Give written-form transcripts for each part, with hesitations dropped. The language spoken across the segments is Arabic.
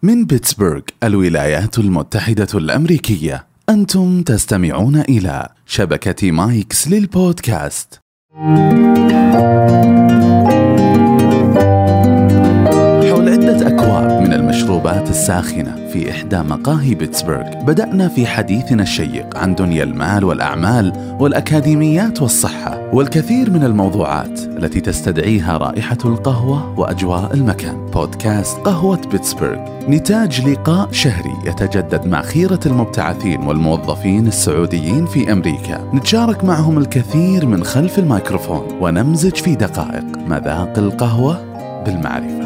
من بيتسبرغ، الولايات المتحدة الأمريكية. أنتم تستمعون إلى شبكة مايكس للبودكاست. حول عدة أكواب من المشروبات الساخنة في إحدى مقاهي بيتسبرغ، بدأنا في حديثنا الشيق عن دنيا المال والأعمال والأكاديميات والصحة والكثير من الموضوعات التي تستدعيها رائحة القهوة وأجواء المكان. بودكاست قهوة بيتسبرغ نتاج لقاء شهري يتجدد مع خيرة المبتعثين والموظفين السعوديين في أمريكا، نتشارك معهم الكثير من خلف الميكروفون ونمزج في دقائق مذاق القهوة بالمعرفة.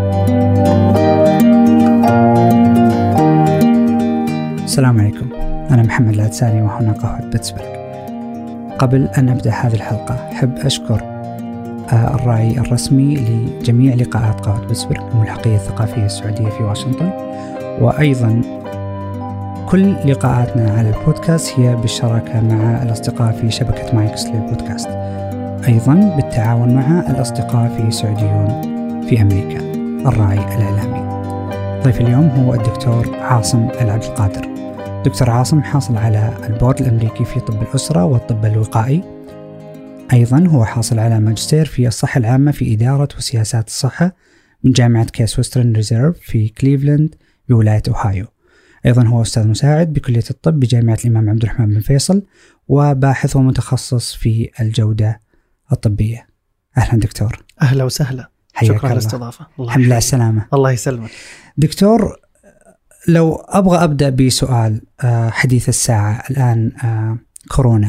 السلام عليكم، أنا محمد العدساني وهنا قهوة بيتسبرغ. قبل أن أبدأ هذه الحلقة أحب أشكر الراعي الرسمي لجميع لقاءات قهوة بيتسبرغ، الملحقية الثقافية السعودية في واشنطن، وأيضا كل لقاءاتنا على البودكاست هي بالشراكة مع الأصدقاء في شبكة مايكس للبودكاست، أيضا بالتعاون مع الأصدقاء في سعوديون في أمريكا. الراعي الإعلامي ضيف اليوم هو الدكتور عاصم العبد القادر. دكتور عاصم حاصل على البورد الأمريكي في طب الأسرة والطب الوقائي، أيضا هو حاصل على ماجستير في الصحة العامة في إدارة وسياسات الصحة من جامعة كيس وسترن ريزيرف في كليفلاند بولاية أوهايو. أيضا هو أستاذ مساعد بكلية الطب بجامعة الإمام عبد الرحمن بن فيصل، وباحث ومتخصص في الجودة الطبية. أهلا دكتور. أهلا وسهلا، شكرا على الاستضافة. الحمد لله على السلامة. الله يسلمك دكتور. لو أبغى أبدأ بسؤال حديث الساعة الآن، كورونا،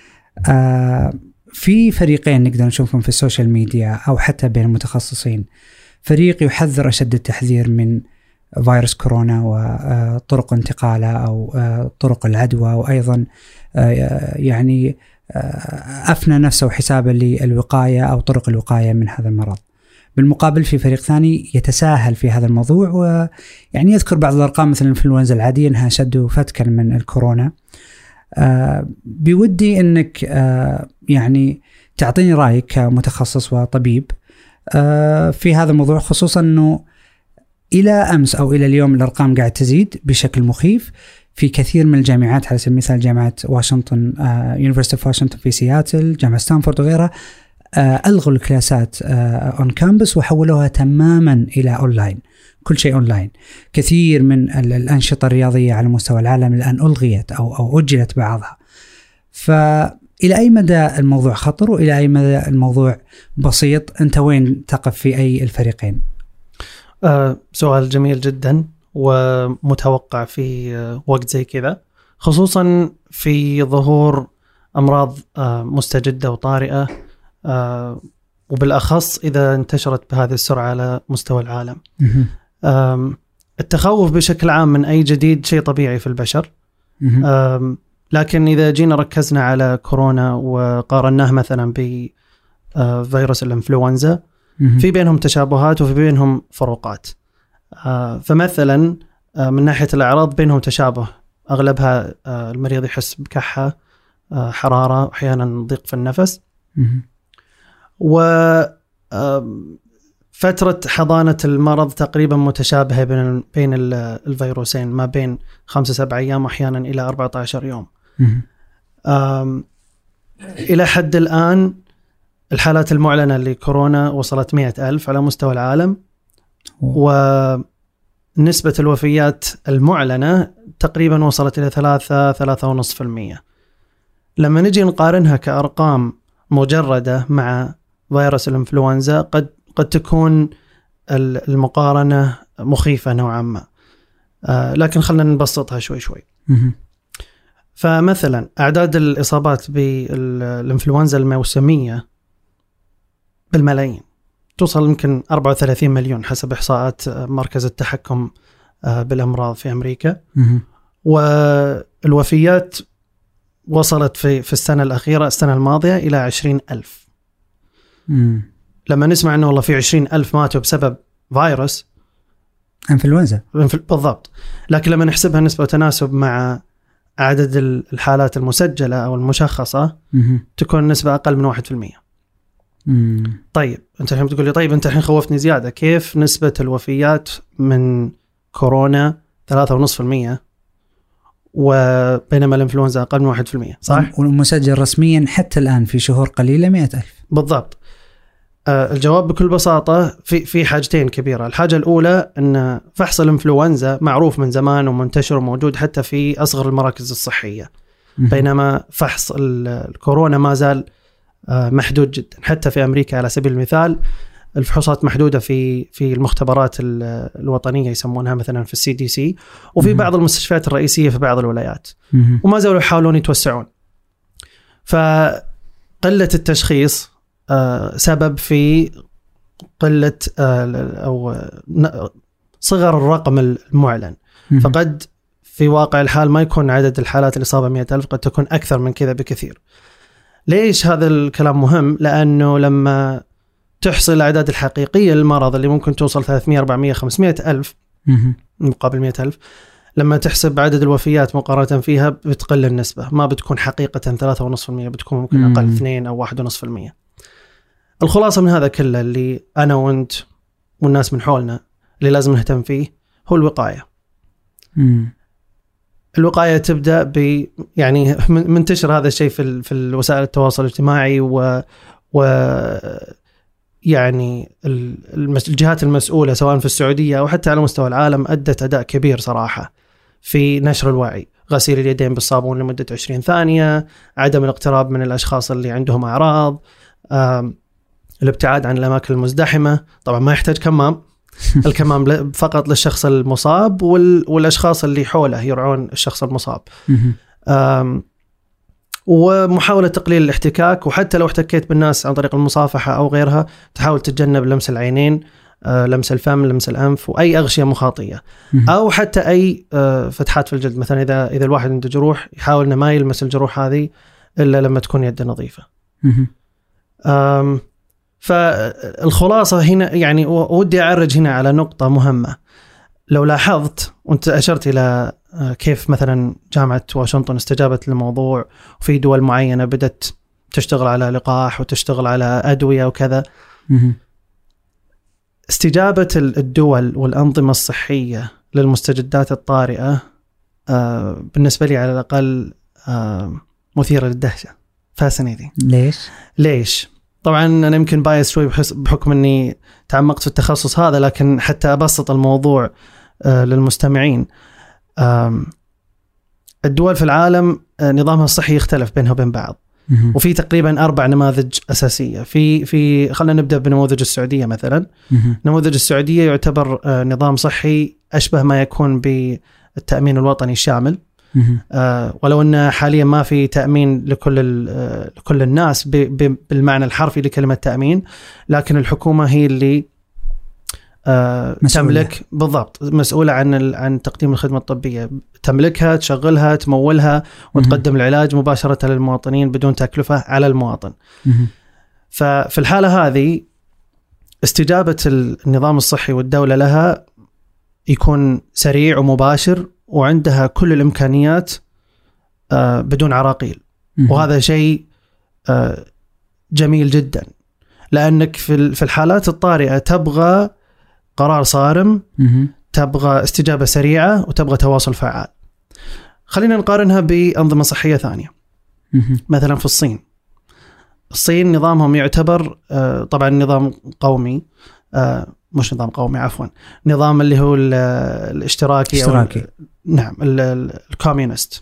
في فريقين نقدر نشوفهم في السوشيال ميديا أو حتى بين المتخصصين. فريق يحذر أشد التحذير من فيروس كورونا وطرق انتقاله أو طرق العدوى، وأيضا يعني أفنى نفسه حسابا للوقاية أو طرق الوقاية من هذا المرض. بالمقابل في فريق ثاني يتساهل في هذا الموضوع، ويعني يذكر بعض الأرقام مثل الإنفلونزا العادية أنها أشد فتكا من الكورونا. بودي أنك يعني تعطيني رأيك كمتخصص وطبيب في هذا الموضوع، خصوصا أنه إلى أمس أو إلى اليوم الأرقام قاعد تزيد بشكل مخيف في كثير من الجامعات. على سبيل المثال جامعة واشنطن، يونيفرسيتي اوف واشنطن في سياتل، جامعة ستانفورد وغيرها، ألغوا الكلاسات اون كامبس وحولوها تماما إلى أونلاين، كل شيء أونلاين. كثير من الأنشطة الرياضية على مستوى العالم الآن ألغيت أو أجلت بعضها. فإلى أي مدى الموضوع خطر وإلى أي مدى الموضوع بسيط؟ أنت وين تقف في أي الفريقين؟ سؤال جميل جدا ومتوقع في وقت زي كذا، خصوصا في ظهور أمراض مستجدة وطارئة، وبالأخص إذا انتشرت بهذه السرعة على مستوى العالم. التخوف بشكل عام من أي جديد شيء طبيعي في البشر، لكن إذا جينا ركزنا على كورونا وقارناه مثلا بفيروس الإنفلونزا، في بينهم تشابهات وفي بينهم فروقات. فمثلا من ناحية الأعراض بينهم تشابه، أغلبها المريض يحس بكحة، حرارة، أحيانا ضيق في النفس، وفترة حضانة المرض تقريبا متشابهة بين الفيروسين، ما بين 5-7 أيام أحيانا إلى 14 يوم. إلى حد الآن الحالات المعلنة لكورونا وصلت 100,000 على مستوى العالم، ونسبة الوفيات المعلنة تقريبا وصلت إلى 3.5%. لما نجي نقارنها كأرقام مجردة مع فيروس الإنفلونزا قد تكون المقارنة مخيفة نوعا ما، لكن خلنا نبسطها شوي شوي. فمثلا أعداد الإصابات بالإنفلونزا الموسمية بالملايين، توصل يمكن 34 مليون حسب إحصاءات مركز التحكم بالأمراض في أمريكا. والوفيات وصلت في السنة الأخيرة، السنة الماضية، إلى 20,000. لما نسمع أنه والله في 20,000 ماتوا بسبب فيروس إنفلونزا بالضبط، لكن لما نحسبها نسبة وتناسب مع عدد الحالات المسجلة أو المشخصة تكون نسبة أقل من 1%. طيب أنت الحين بتقول لي طيب أنت الحين خوفتني زيادة، كيف نسبة الوفيات من كورونا 3.5%، وبينما الإنفلونزا أقل من 1%. صح؟ والمسجل رسميا حتى الآن في شهور قليلة 100,000. بالضبط. الجواب بكل بساطة في حاجتين كبيرة. الحاجة الأولى أن فحص الإنفلونزا معروف من زمان ومنتشر وموجود حتى في أصغر المراكز الصحية، بينما فحص الكورونا ما زال محدود جدا. حتى في أمريكا على سبيل المثال الفحوصات محدودة في المختبرات الوطنية يسمونها مثلا في CDC، وفي بعض المستشفيات الرئيسية في بعض الولايات، وما زالوا يحاولون يتوسعون. فقلة التشخيص سبب في قلة أو صغر الرقم المعلن. فقد في واقع الحال ما يكون عدد الحالات الإصابة 100,000، قد تكون أكثر من كذا بكثير. ليش هذا الكلام مهم؟ لأنه لما تحصل الأعداد الحقيقية للمرض اللي ممكن توصل 300 400 500 ألف مقابل 100,000، لما تحسب عدد الوفيات مقارنة فيها بتقل النسبة، ما بتكون حقيقة 3.5%، بتكون ممكن أقل 2 أو 1.5%. الخلاصة من هذا كله اللي أنا وأنت والناس من حولنا اللي لازم نهتم فيه هو الوقاية. الوقاية تبدأ يعني منتشر هذا الشيء في الوسائل التواصل الاجتماعي و يعني الجهات المسؤولة سواء في السعودية أو حتى على مستوى العالم أدت أداء كبير صراحة في نشر الوعي. غسيل اليدين بالصابون لمدة 20 ثانية، عدم الاقتراب من الأشخاص اللي عندهم أعراض، الابتعاد عن الأماكن المزدحمة. طبعا ما يحتاج كمام، الكمام فقط للشخص المصاب والأشخاص اللي حوله يرعون الشخص المصاب. ومحاولة تقليل الاحتكاك، وحتى لو احتكيت بالناس عن طريق المصافحة أو غيرها تحاول تتجنب لمس العينين، لمس الفم، لمس الأنف، وأي أغشية مخاطية أو حتى أي فتحات في الجلد. مثلا إذا الواحد عنده جروح يحاول إنه ما يلمس الجروح هذه إلا لما تكون يده نظيفة. فالخلاصة هنا يعني ودي أعرج هنا على نقطة مهمة. لو لاحظت وانت أشرت إلى كيف مثلا جامعة واشنطن استجابت للموضوع، وفي دول معينة بدأت تشتغل على لقاح وتشتغل على أدوية وكذا. استجابة الدول والأنظمة الصحية للمستجدات الطارئة بالنسبة لي على الأقل مثيرة للدهشة. فاسنيتي. ليش؟ طبعا أنا يمكن بايس شوي بحكم أني تعمقت في التخصص هذا، لكن حتى أبسط الموضوع للمستمعين. الدول في العالم نظامها الصحي يختلف بينها وبين بعض، وفي تقريبا 4 نماذج أساسية. في خلينا نبدأ بنموذج السعودية مثلا. نموذج السعودية يعتبر نظام صحي أشبه ما يكون بالتأمين الوطني الشامل، ولو أن حاليا ما في تأمين لكل الناس بالمعنى الحرفي لكلمة تأمين، لكن الحكومة هي اللي تملك بالضبط، مسؤولة عن تقديم الخدمة الطبية، تملكها، تشغلها، تمولها، وتقدم العلاج مباشرة للمواطنين بدون تكلفة على المواطن. ففي الحالة هذه استجابة النظام الصحي والدولة لها يكون سريع ومباشر، وعندها كل الإمكانيات بدون عراقيل. وهذا شيء جميل جدا، لأنك في الحالات الطارئة تبغى قرار صارم، تبغى استجابة سريعة، وتبغى تواصل فعال. خلينا نقارنها بأنظمة صحية ثانية. مثلا في الصين نظامهم يعتبر طبعا نظام قومي، مش نظام قومي عفوا، نظام اللي هو الاشتراكي. نعم، الكوميونست.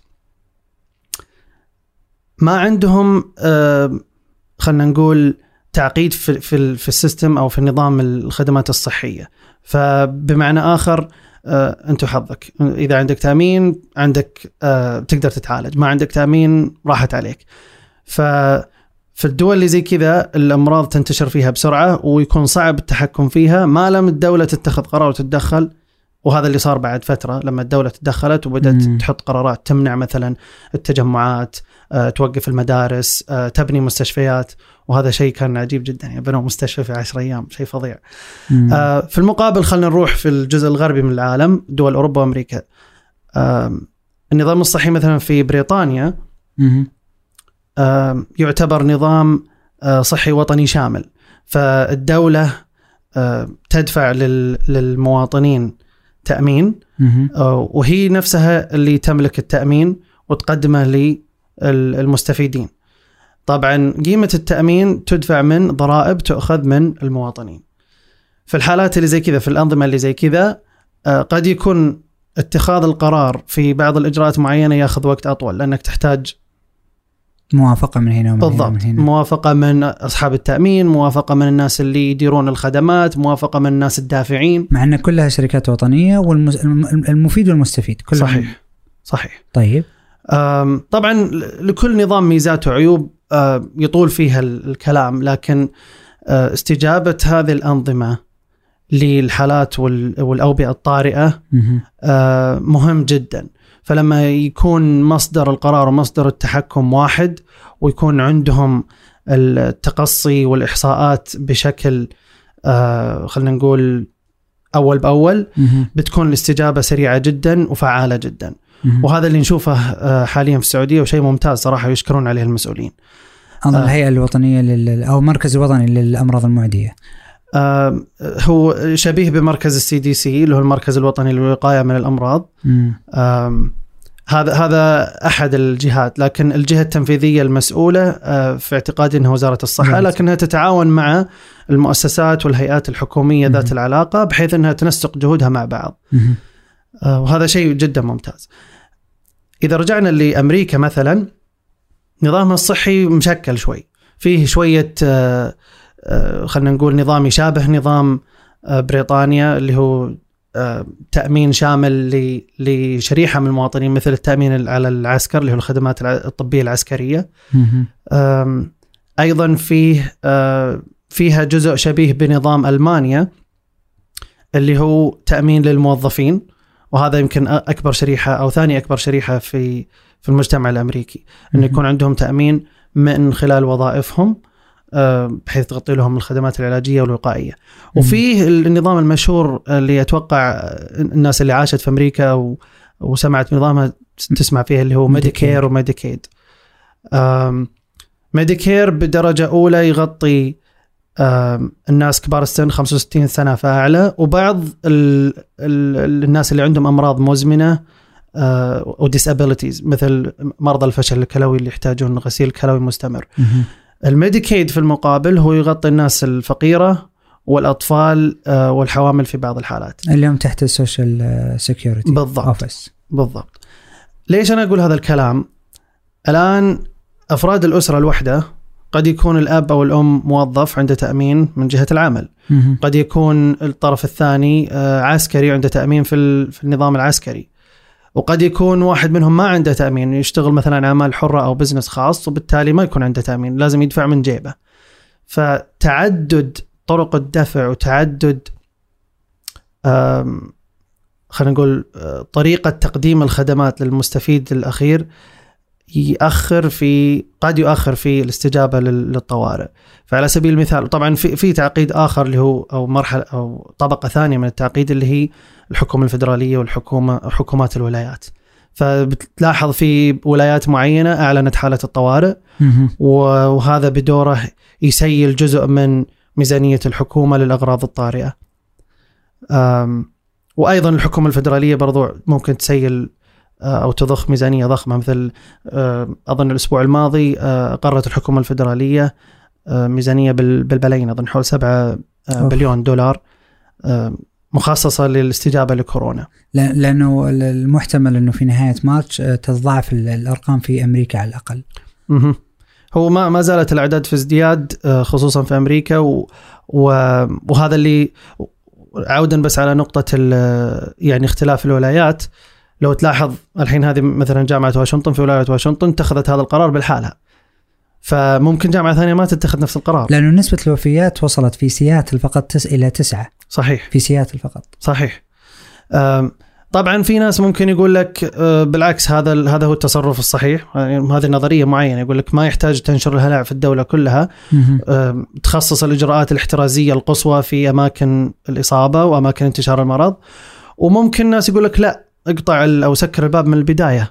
ما عندهم خلنا نقول تعقيد في السيستم أو في نظام الخدمات الصحية. فبمعنى آخر أنت حظك، إذا عندك تأمين عندك تقدر تتعالج، ما عندك تأمين راحت عليك. في الدول اللي زي كذا الأمراض تنتشر فيها بسرعة، ويكون صعب التحكم فيها ما لم الدولة تتخذ قرار وتتدخل. وهذا اللي صار بعد فترة لما الدولة تدخلت وبدأت تحط قرارات تمنع مثلا التجمعات، توقف المدارس، تبني مستشفيات. وهذا شيء كان عجيب جدا، يعني بنوا مستشفى في 10 أيام، شيء فظيع. في المقابل خلنا نروح في الجزء الغربي من العالم، دول أوروبا وأمريكا. النظام الصحي مثلا في بريطانيا يعتبر نظام صحي وطني شامل. فالدولة تدفع للمواطنين تأمين وهي نفسها اللي تملك التأمين وتقدمه للمستفيدين. طبعا قيمة التأمين تدفع من ضرائب تؤخذ من المواطنين. في الحالات اللي زي كذا، في الأنظمة اللي زي كذا، قد يكون اتخاذ القرار في بعض الإجراءات معينة يأخذ وقت أطول، لأنك تحتاج موافقة من هنا ومن بالضبط هنا ومن هنا. موافقة من أصحاب التأمين، موافقة من الناس اللي يديرون الخدمات، موافقة من الناس الدافعين، مع أن كلها شركات وطنية والمفيد والمستفيد كلهم. صحيح. طيب طبعا لكل نظام ميزات وعيوب يطول فيها الكلام، لكن استجابة هذه الأنظمة للحالات والأوبئة الطارئة مهم جدا. فلما يكون مصدر القرار ومصدر التحكم واحد، ويكون عندهم التقصي والإحصاءات بشكل خلينا نقول أول بأول، بتكون الاستجابة سريعة جدا وفعالة جدا. وهذا اللي نشوفه حاليا في السعودية، وشيء ممتاز صراحة يشكرون عليه المسؤولين. الهيئة الوطنية أو المركز الوطني للأمراض المعدية، هو شبيه بمركز الCDC اللي هو المركز الوطني للوقاية من الأمراض. هذا أحد الجهات، لكن الجهة التنفيذية المسؤولة في اعتقادي أنها وزارة الصحة، لكنها تتعاون مع المؤسسات والهيئات الحكومية ذات العلاقة بحيث أنها تنسق جهودها مع بعض. وهذا شيء جدا ممتاز. إذا رجعنا لأمريكا مثلا، نظامها الصحي مشكل شوي، فيه شوية خلينا نقول نظام يشابه نظام بريطانيا، اللي هو تأمين شامل لشريحة من المواطنين، مثل التأمين على العسكر اللي هو الخدمات الطبية العسكرية. أيضا فيها جزء شبيه بنظام ألمانيا اللي هو تأمين للموظفين، وهذا يمكن أكبر شريحة أو ثاني أكبر شريحة في المجتمع الأمريكي، إنه يكون عندهم تأمين من خلال وظائفهم بحيث تغطي لهم الخدمات العلاجية والوقائية. وفيه النظام المشهور اللي أتوقع الناس اللي عاشت في أمريكا وسمعت نظامها تسمع فيه، اللي هو ميديكير وميديكيد. ميديكير بدرجة أولى يغطي الناس كبار السن 65 سنة فأعلى، وبعض الناس اللي عندهم أمراض مزمنة وديسابيليتيز، مثل مرضى الفشل الكلوي اللي يحتاجون غسيل كلوي مستمر. الميديكيد في المقابل هو يغطي الناس الفقيرة والأطفال والحوامل في بعض الحالات، اللي هم تحت السوشيال سيكيورتي. بالضبط. ليش أنا أقول هذا الكلام؟ الآن أفراد الأسرة الوحدة قد يكون الأب أو الأم موظف عنده تأمين من جهة العمل، قد يكون الطرف الثاني عسكري عنده تأمين في النظام العسكري، وقد يكون واحد منهم ما عنده تأمين، يشتغل مثلا أعمال حرة أو بزنس خاص، وبالتالي ما يكون عنده تأمين، لازم يدفع من جيبه. فتعدد طرق الدفع وتعدد خلينا نقول طريقة تقديم الخدمات للمستفيد الأخير قد يؤخر في الاستجابة للطوارئ. فعلى سبيل المثال، طبعا في تعقيد آخر اللي هو أو مرحلة أو طبقة ثانية من التعقيد، اللي هي الحكومة الفدرالية وحكومات الولايات. فبتلاحظ في ولايات معينة أعلنت حالة الطوارئ، وهذا بدوره يسيل جزء من ميزانية الحكومة للأغراض الطارئة. وأيضا الحكومة الفدرالية برضو ممكن تسيل أو تضخ ميزانية ضخمة، مثل أظن الأسبوع الماضي قررت الحكومة الفدرالية ميزانية بالبلايين، أظن حول 7 بليون دولار مخصصة للاستجابة لكورونا. لأنه المحتمل أنه في نهاية مارس تضاعف الأرقام في أمريكا على الأقل. هو ما زالت الأعداد في ازدياد خصوصا في أمريكا، وهذا اللي عودا بس على نقطة يعني اختلاف الولايات. لو تلاحظ الحين هذه مثلا جامعة واشنطن، في ولاية واشنطن اتخذت هذا القرار بالحالها، فممكن جامعة ثانية ما تتخذ نفس القرار، لأنه نسبة الوفيات وصلت في سياتل فقط إلى 9. صحيح، في سياتل فقط. صحيح. طبعا في ناس ممكن يقول لك بالعكس، هذا هو التصرف الصحيح. يعني هذه نظرية معينة يقول لك ما يحتاج تنشر الهلع في الدولة كلها، تخصص الإجراءات الاحترازية القصوى في أماكن الإصابة وأماكن انتشار المرض. وممكن ناس يقول لك لا، اقطع أو سكر الباب من البداية.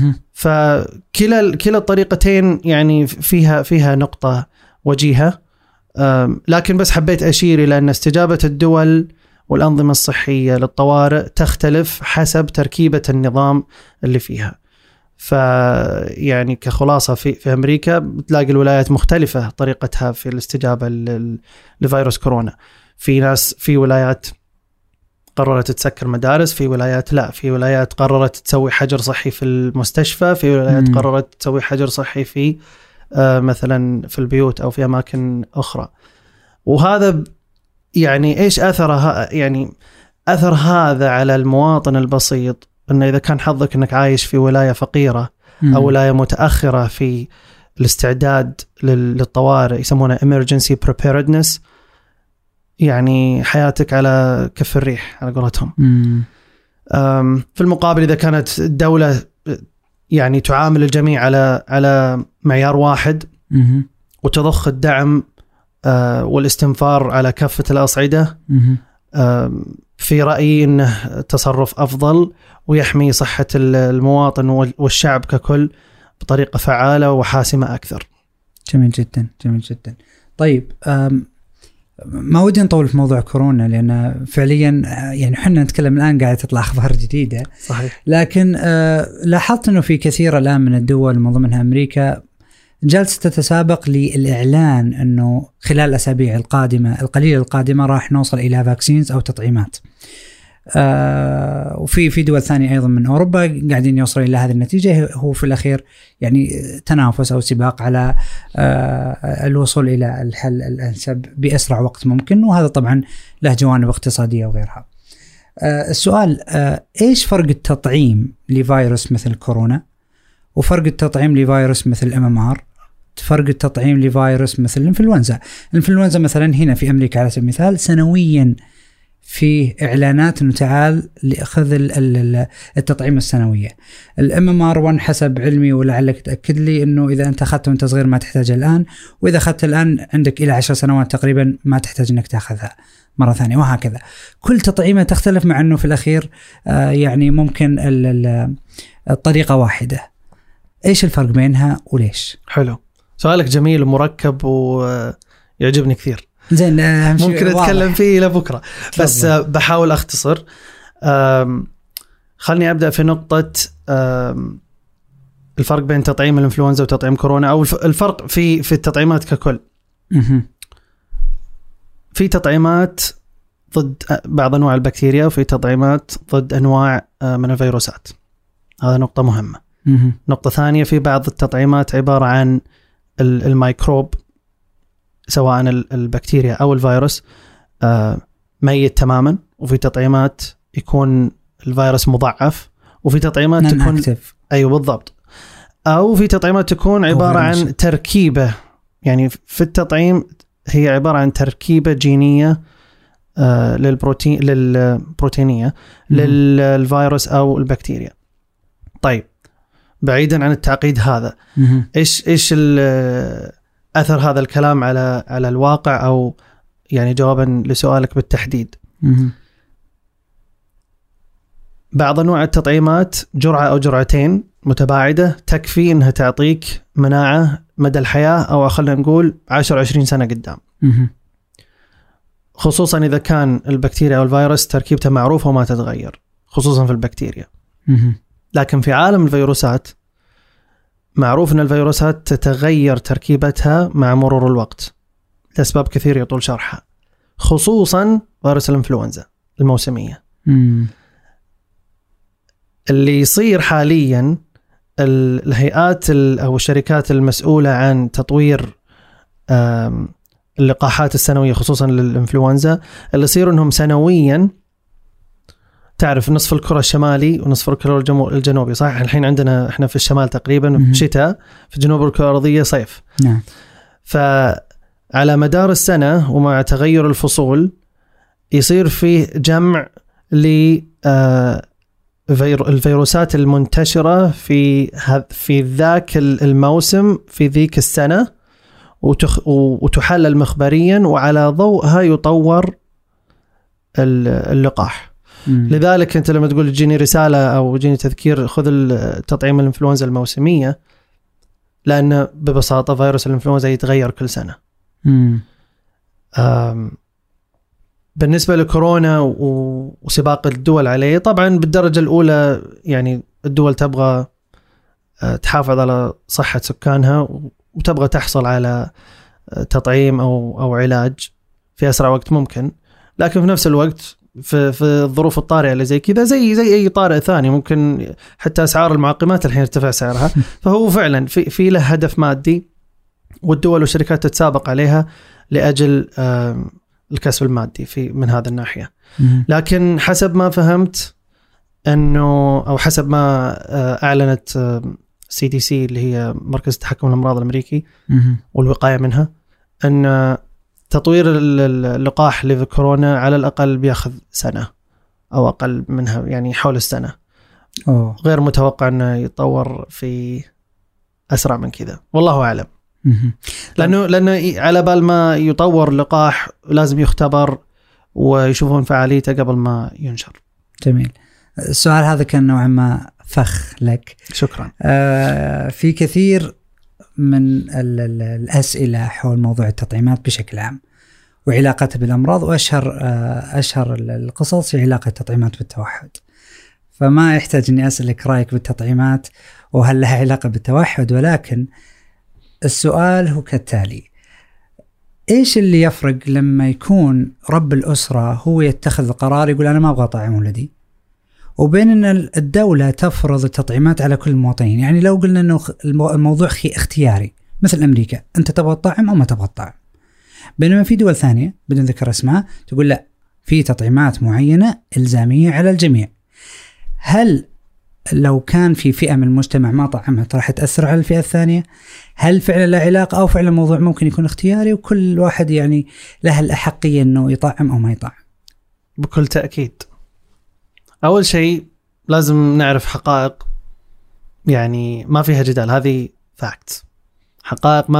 فكلا الطريقتين يعني فيها نقطة وجيهة. لكن بس حبيت أشير إلى أن استجابة الدول والأنظمة الصحية للطوارئ تختلف حسب تركيبة النظام اللي فيها. فيعني كخلاصة في أمريكا بتلاقي الولايات مختلفة طريقتها في الاستجابة لفيروس كورونا. في ناس في ولايات قررت تسكر مدارس، في ولايات لا، في ولايات قررت تسوي حجر صحي في المستشفى، في ولايات قررت تسوي حجر صحي في مثلا في البيوت أو في أماكن أخرى. وهذا يعني إيش أثرها؟ يعني أثر هذا على المواطن البسيط أنه إذا كان حظك أنك عايش في ولاية فقيرة أو ولاية متأخرة في الاستعداد للطوارئ، يسمونها emergency preparedness، يعني حياتك على كف الريح على قولتهم. في المقابل إذا كانت الدولة يعني تعامل الجميع على معيار واحد وتضخ الدعم والاستنفار على كافة الأصعدة، في رأيي أنه تصرف أفضل ويحمي صحة المواطن والشعب ككل بطريقة فعالة وحاسمة أكثر. جميل جدا، جميل جدا. طيب ما ودي نطول في موضوع كورونا لأن فعليا يعني حنا نتكلم الآن قاعدة تطلع أخبار جديدة. صحيح. لكن لاحظت أنه في كثير الآن من الدول من ضمنها أمريكا جالسة تتسابق للإعلان أنه خلال الأسابيع القليلة القادمة راح نوصل إلى فاكسينز أو تطعيمات. وفي دول ثانية أيضا من أوروبا قاعدين يوصلوا إلى هذه النتيجة. هو في الأخير يعني تنافس أو سباق على الوصول إلى الحل الأنسب بأسرع وقت ممكن، وهذا طبعا له جوانب اقتصادية وغيرها. السؤال إيش فرق التطعيم لفيروس مثل كورونا وفرق التطعيم لفيروس مثل MMR، فرق التطعيم لفيروس مثل الإنفلونزا مثلا هنا في أمريكا على سبيل المثال سنويا في إعلانات أنه تعال لأخذ التطعيم السنوية. MMR1 حسب علمي ولعلك تأكد لي أنه إذا أنت أخذته وأنت صغير ما تحتاج الآن، وإذا أخذت الآن عندك إلى 10 سنوات تقريبا ما تحتاج أنك تأخذها مرة ثانية، وهكذا. كل تطعيمة تختلف مع أنه في الأخير يعني ممكن الطريقة واحدة. إيش الفرق بينها وليش؟ حلو، سؤالك جميل ومركب ويعجبني كثير. زين ممكن أتكلم فيه لبكرة بس بحاول أختصر. خلني أبدأ في نقطة الفرق بين تطعيم الإنفلونزا وتطعيم كورونا، أو الفرق في التطعيمات ككل. في تطعيمات ضد بعض أنواع البكتيريا وفي تطعيمات ضد أنواع من الفيروسات، هذا نقطة مهمة. نقطة ثانية، في بعض التطعيمات عبارة عن الميكروب سواء البكتيريا أو الفيروس ميت تماما، وفي تطعيمات يكون الفيروس مضاعف، وفي تطعيمات تكون أيوة بالضبط، أو في تطعيمات تكون عبارة عن تركيبة، يعني في التطعيم هي عبارة عن تركيبة جينية للبروتينية للفيروس أو البكتيريا. طيب بعيدا عن التعقيد هذا، إيش أثر هذا الكلام على الواقع، أو يعني جوابا لسؤالك بالتحديد. بعض أنواع التطعيمات جرعة أو جرعتين متباعدة تكفي أنها تعطيك مناعة مدى الحياة، أو خلينا نقول 10-20 سنة قدام، خصوصا إذا كان البكتيريا أو الفيروس تركيبته معروفة وما تتغير، خصوصا في البكتيريا. لكن في عالم الفيروسات معروف أن الفيروسات تتغير تركيبتها مع مرور الوقت لأسباب كثير يطول شرحها، خصوصا فيروس الإنفلونزا الموسمية. اللي يصير حاليا الهيئات أو الشركات المسؤولة عن تطوير اللقاحات السنوية خصوصا للإنفلونزا، اللي يصير أنهم سنويا، تعرف نصف الكرة الشمالي ونصف الكرة الجنوبي، صح؟ الحين عندنا احنا في الشمال تقريبا شتاء، في جنوب الكرة الأرضية صيف. نعم. فعلى مدار السنة ومع تغير الفصول يصير فيه جمع الفيروسات المنتشرة في ذاك الموسم في ذيك السنة، وتحلل مخبريا، وعلى ضوءها يطور اللقاح. لذلك أنت لما تقول تجيني رسالة أو تجيني تذكير خذ التطعيم الإنفلونزا الموسمية، لأن ببساطة فيروس الإنفلونزا يتغير كل سنة. بالنسبة لكورونا وسباق الدول عليه، طبعا بالدرجة الأولى يعني الدول تبغى تحافظ على صحة سكانها وتبغى تحصل على تطعيم أو علاج في أسرع وقت ممكن، لكن في نفس الوقت في الظروف الطارئة اللي زي كذا زي أي طارئ ثاني ممكن حتى أسعار المعقمات الحين ارتفع سعرها. فهو فعلا في له هدف مادي، والدول والشركات تتسابق عليها لأجل الكسب المادي من هذا الناحية. لكن حسب ما فهمت أنه أو حسب ما أعلنت CDC اللي هي مركز التحكم الأمراض الأمريكي والوقاية منها، أن تطوير اللقاح لكورونا على الأقل بياخذ سنة أو أقل منها، يعني حول السنة. غير متوقع أنه يتطور في أسرع من كذا، والله أعلم. لأنه على بال ما يطور لقاح لازم يختبر ويشوفون فعاليته قبل ما ينشر. جميل. السؤال هذا كان نوعا ما فخ لك. شكرا. في كثير من الأسئلة حول موضوع التطعيمات بشكل عام وعلاقتها بالأمراض، وأشهر القصص هي علاقة التطعيمات بالتوحد. فما يحتاج أني أسألك رأيك بالتطعيمات وهل لها علاقة بالتوحد، ولكن السؤال هو كالتالي: إيش اللي يفرق لما يكون رب الأسرة هو يتخذ القرار يقول أنا ما أبغى أطعم ولدي، وبين أن الدولة تفرض التطعيمات على كل المواطنين؟ يعني لو قلنا أنه الموضوع اختياري مثل أمريكا، أنت تبغى تطعم أو ما تبغى تطعم، بينما في دول ثانية بدون ذكر اسمها تقول لا، في تطعيمات معينة إلزامية على الجميع. هل لو كان في فئة من المجتمع ما طعمت راح تأثر على الفئة الثانية؟ هل فعلا لا علاقة، أو فعلا الموضوع ممكن يكون اختياري وكل واحد يعني له الأحقية أنه يطعم أو ما يطعم؟ بكل تأكيد. أول شيء لازم نعرف حقائق، يعني ما فيها جدال، هذه فاكت، حقائق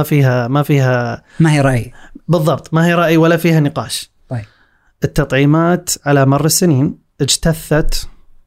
ما هي رأي. بالضبط، ما هي رأي ولا فيها نقاش. طيب. التطعيمات على مر السنين اجتثت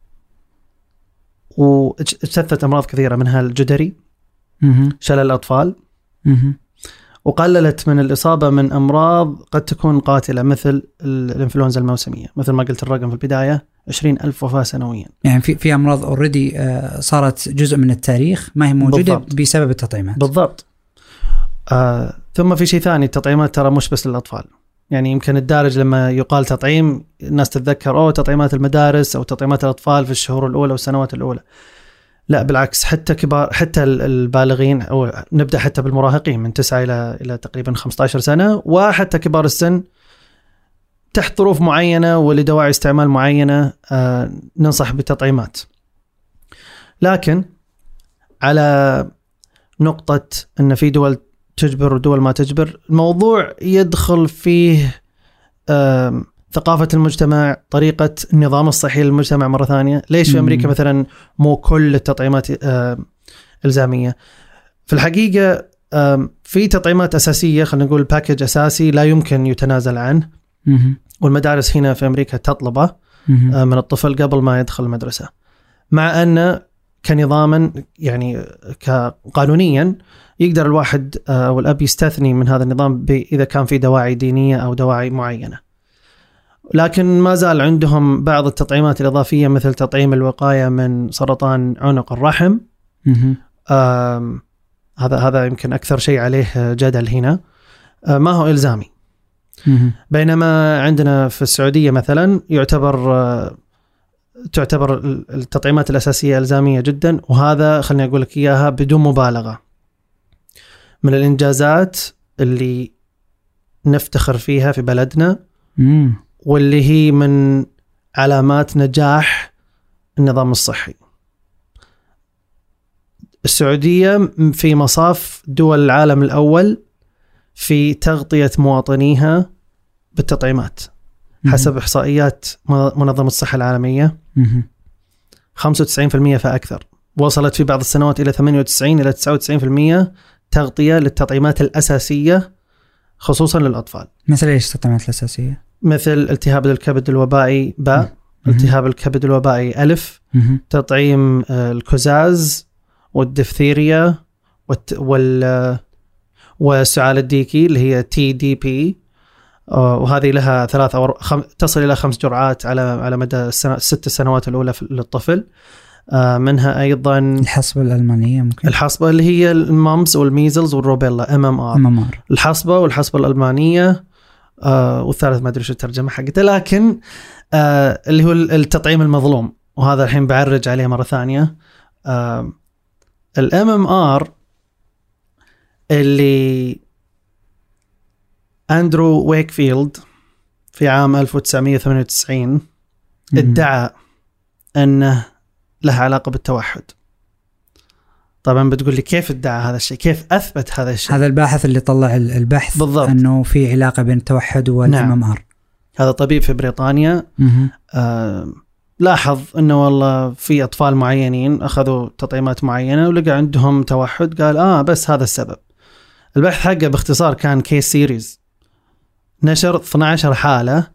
أمراض كثيرة، منها الجدري، شلل الأطفال، وقللت من الإصابة من أمراض قد تكون قاتلة مثل الإنفلونزا الموسمية، مثل ما قلت الرقم في البداية 20,000 وفاة سنويا. يعني في أمراض أوريدي صارت جزء من التاريخ ما هي موجودة. بالضبط. بسبب التطعيمات. بالضبط. ثم في شيء ثاني، التطعيمات ترى مش بس للأطفال. يعني يمكن الدارج لما يقال تطعيم الناس تتذكر تطعيمات المدارس أو تطعيمات الأطفال في الشهور الأولى والسنوات الأولى. لا بالعكس، حتى كبار، حتى البالغين، أو نبدأ حتى بالمراهقين من 9 إلى تقريبا 15 سنة، وحتى كبار السن تحت ظروف معينة ولدواعي استعمال معينة ننصح بالتطعيمات. لكن على نقطة أن في دول تجبر ودول ما تجبر، الموضوع يدخل فيه ثقافة المجتمع، طريقة النظام الصحي للمجتمع مرة ثانية. ليش في أمريكا مثلا مو كل التطعيمات إلزامية؟ في الحقيقة في تطعيمات أساسية، خلينا نقول باكج أساسي لا يمكن يتنازل عنه، والمدارس هنا في أمريكا تطلبه من الطفل قبل ما يدخل المدرسة، مع أن كنظاما يعني كقانونيا يقدر الواحد أو الأب يستثني من هذا النظام إذا كان في دواعي دينية أو دواعي معينة. لكن ما زال عندهم بعض التطعيمات الإضافية مثل تطعيم الوقاية من سرطان عنق الرحم. هذا يمكن أكثر شيء عليه جدل هنا، ما هو إلزامي. بينما عندنا في السعودية مثلا تعتبر التطعيمات الأساسية إلزامية جدا، وهذا خلني أقول لك إياها بدون مبالغة من الإنجازات اللي نفتخر فيها في بلدنا، واللي هي من علامات نجاح النظام الصحي. السعودية في مصاف دول العالم الأول في تغطية مواطنيها بالتطعيمات حسب إحصائيات منظمة الصحة العالمية. 95% فأكثر، وصلت في بعض السنوات إلى 98 إلى 99% تغطية للتطعيمات الأساسية خصوصا للأطفال. مثل إيش التطعيمات الأساسية؟ مثل التهاب الكبد الوبائي باء، التهاب الكبد الوبائي ألف، تطعيم الكزاز والدفتيريا والسعال الديكي اللي هي TDP، وهذه لها 3 أو تصل إلى 5 جرعات على مدى 6 سنوات الأولى للطفل. منها أيضا الحصبة الألمانية، ممكن الحصبة اللي هي المامز والميزلز والروبيلا MMR. الحصبة والحصبة الألمانية والثالث ما أدري شو الترجمة حقته، لكن اللي هو التطعيم المظلوم، وهذا الحين بعرج عليه مرة ثانية. MMR اللي أندرو ويكفيلد في عام 1998 ادعى أنه لها علاقة بالتوحد. طبعا بتقول لي كيف ادعى هذا الشيء، كيف أثبت هذا الشيء؟ هذا الباحث اللي طلع البحث بالضبط. أنه في علاقة بين التوحد والMMR. نعم. هذا طبيب في بريطانيا لاحظ أنه والله في أطفال معينين أخذوا تطعيمات معينة ولقى عندهم توحد، قال بس هذا السبب. البحث حقه باختصار كان كيس سيريز، نشر 12 حالة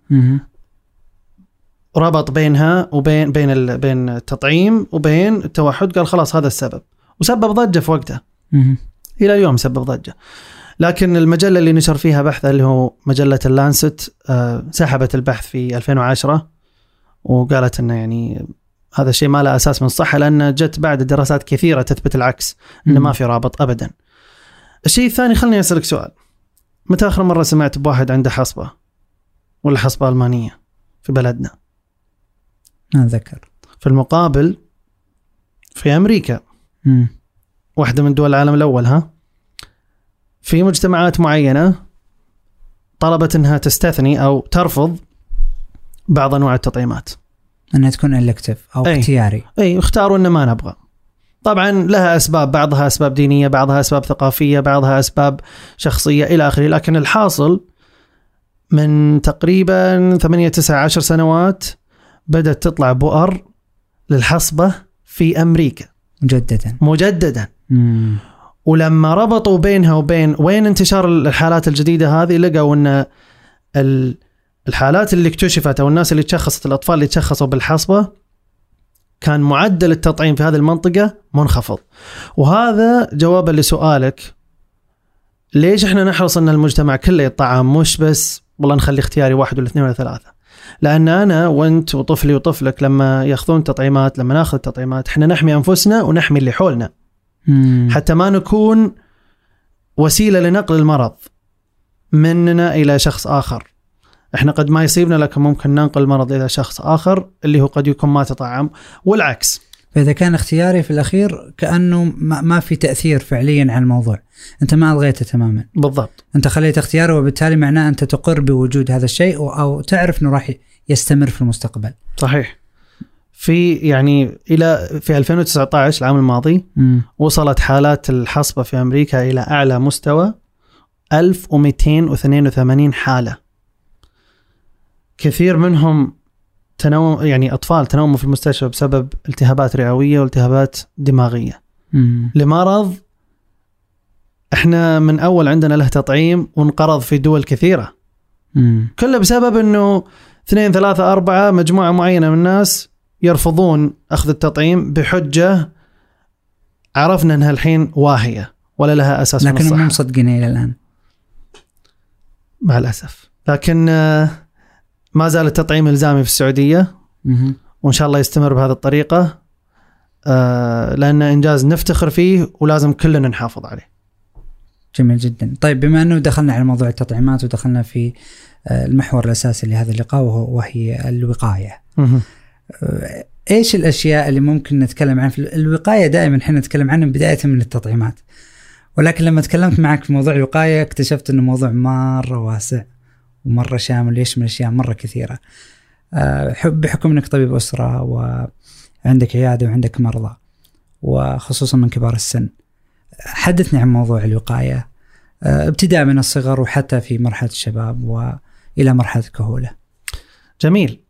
ربط بينها وبين بين التطعيم وبين التوحد، قال خلاص هذا السبب، وسبب ضجة في وقته. إلى اليوم سبب ضجة. لكن المجلة اللي نشر فيها بحثه اللي هو مجلة اللانست سحبت البحث في 2010 وقالت أنه يعني هذا الشيء ما له أساس من الصحة، لأن جت بعد دراسات كثيرة تثبت العكس، أنه ما في رابط أبدا. الشيء الثاني، خلني أسألك سؤال، متى آخر مرة سمعت بواحد عنده حصبة ولا حصبة ألمانية في بلدنا؟ ما أذكر. في المقابل في أمريكا واحدة من دول العالم الأول في مجتمعات معينة طلبت أنها تستثني أو ترفض بعض أنواع التطعيمات، أنها تكون إلكتيف أو اختياري. اختاروا أن ما نبغى. طبعا لها أسباب، بعضها أسباب دينية، بعضها أسباب ثقافية، بعضها أسباب شخصية إلى آخره. لكن الحاصل من تقريبا 8-9-10 سنوات بدأت تطلع بؤر للحصبة في أمريكا مجددا. ولما ربطوا بينها وبين وين انتشار الحالات الجديدة هذه، لقوا أن الحالات اللي اكتشفت أو الناس اللي تشخصت، الأطفال اللي تشخصوا بالحصبة، كان معدل التطعيم في هذه المنطقة منخفض. وهذا جوابا لسؤالك، ليش احنا نحرص أن المجتمع كله يطعم، مش بس والله نخلي اختياري 1 ولا 2 ولا 3؟ لأن أنا وأنت وطفلي وطفلك لما يأخذون تطعيمات، لما نأخذ تطعيمات، احنا نحمي أنفسنا ونحمي اللي حولنا، حتى ما نكون وسيلة لنقل المرض مننا إلى شخص آخر. احنا قد ما يصيبنا، لكن ممكن ننقل المرض إلى شخص آخر اللي هو قد يكون ما تطعم، والعكس. فإذا كان اختياري في الأخير كأنه ما في تأثير فعليا على الموضوع، أنت ما ألغيته تماما. بالضبط، أنت خليت اختياره، وبالتالي معناه أنت تقر بوجود هذا الشيء أو تعرف أنه راح يستمر في المستقبل. صحيح. في 2019 العام الماضي وصلت حالات الحصبة في أمريكا إلى أعلى مستوى، 1282 حالة. كثير منهم يعني أطفال تنوموا في المستشفى بسبب التهابات رئوية والتهابات دماغية لمرض احنا من أول عندنا له تطعيم وانقرض في دول كثيرة، كله بسبب أنه 2 3 4 مجموعة معينة من الناس يرفضون أخذ التطعيم بحجة عرفنا أنها الحين واهية ولا لها أساس من الصحة، لكن هم مصدقين إلى الآن مع الأسف. لكن ما زال التطعيم إلزامي في السعودية، وإن شاء الله يستمر بهذه الطريقة، لأن إنجاز نفتخر فيه ولازم كلنا نحافظ عليه. جميل جدا. طيب، بما أنه دخلنا على موضوع التطعيمات ودخلنا في المحور الأساسي لهذا اللقاء وهي الوقاية، إيش الأشياء اللي ممكن نتكلم عنها في الوقاية؟ دائما إحنا نتكلم عنها بداية من التطعيمات، ولكن لما تكلمت معك في موضوع الوقاية اكتشفت أنه موضوع مرة واسع ومرة شامل، يشمل أشياء مرة كثيرة. بحكم أنك طبيب أسرة وعندك عيادة وعندك مرضى، وخصوصا من كبار السن، حدثني عن موضوع الوقاية ابتداء من الصغر وحتى في مرحلة الشباب وإلى مرحلة الكهولة. جميل.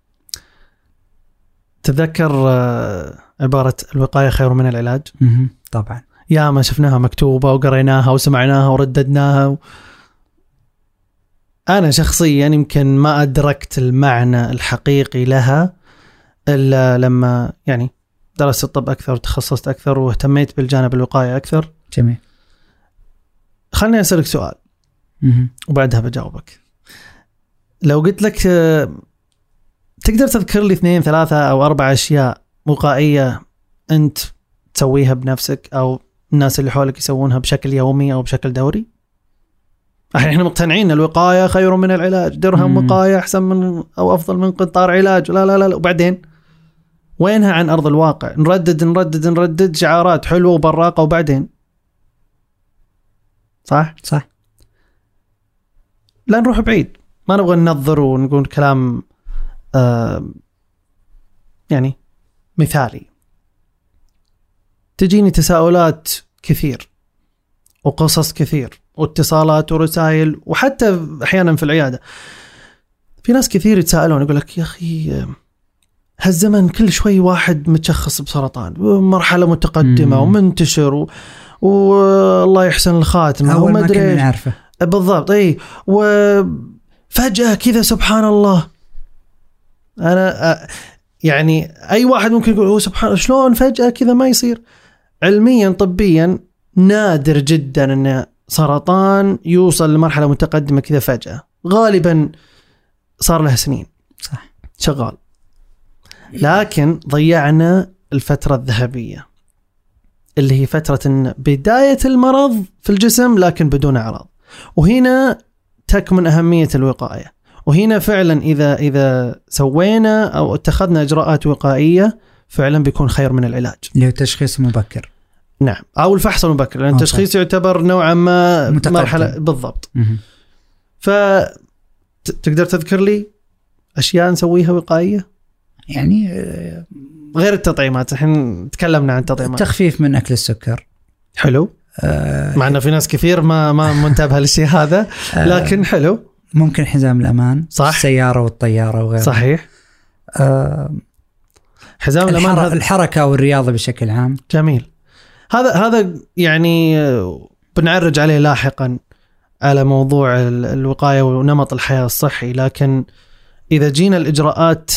تذكر عبارة الوقاية خير من العلاج؟ طبعا، يا ما شفناها مكتوبة وقريناها وسمعناها ورددناها. أنا شخصيا يمكن ما أدركت المعنى الحقيقي لها إلا لما يعني درست الطب أكثر وتخصصت أكثر واهتميت بالجانب الوقاية أكثر. جميل. خلني أسألك سؤال وبعدها بجاوبك. لو قلت لك تقدر تذكر لي 2 3 أو 4 أشياء وقائية أنت تسويها بنفسك أو الناس اللي حولك يسوونها بشكل يومي أو بشكل دوري؟ احنا مقتنعين الوقاية خير من العلاج، درهم وقاية أحسن من أو أفضل من قنطار علاج، لا لا لا. وبعدين وينها عن أرض الواقع؟ نردد شعارات حلوة وبراقة، وبعدين صح لا نروح بعيد، ما نبغى ننظر ونقول كلام يعني مثالي. تجيني تساؤلات كثير وقصص كثير واتصالات ورسائل، وحتى أحيانا في العيادة في ناس كثير يتساءلون، يقول لك يا أخي هالزمن كل شوي واحد متشخص بسرطان، مرحلة متقدمة ومنتشر والله يحسن الخاتمة أول ما كنا نعرفه بالضبط. أي وفجأة كذا سبحان الله. أنا يعني أي واحد ممكن يقول هو سبحان شلون فجأة كذا ما يصير. علميا طبيا نادر جدا أن سرطان يوصل لمرحلة متقدمة كذا فجأة، غالبا صار له سنين صح شغال، لكن ضيعنا الفترة الذهبية اللي هي فترة بداية المرض في الجسم لكن بدون أعراض. وهنا تكمن أهمية الوقاية، وهنا فعلا إذا سوينا أو اتخذنا إجراءات وقائية فعلا بيكون خير من العلاج، اللي هو التشخيص المبكر. نعم، أو الفحص المبكر، لأن التشخيص يعتبر نوعا ما متقدم. مرحلة بالضبط. فتقدر تذكر لي أشياء نسويها وقائية يعني غير التطعيمات؟ الحين تكلمنا عن التطعيمات. تخفيف من أكل السكر حلو، مع أنه في ناس كثير ما منتبه للشيء هذا، لكن حلو. ممكن حزام الأمان، صح، السيارة والطيارة وغيرها. صحيح. حزام الأمان، الحركة والرياضة بشكل عام. جميل. هذا يعني بنعرج عليه لاحقا على موضوع الوقاية ونمط الحياة الصحي. لكن إذا جينا الإجراءات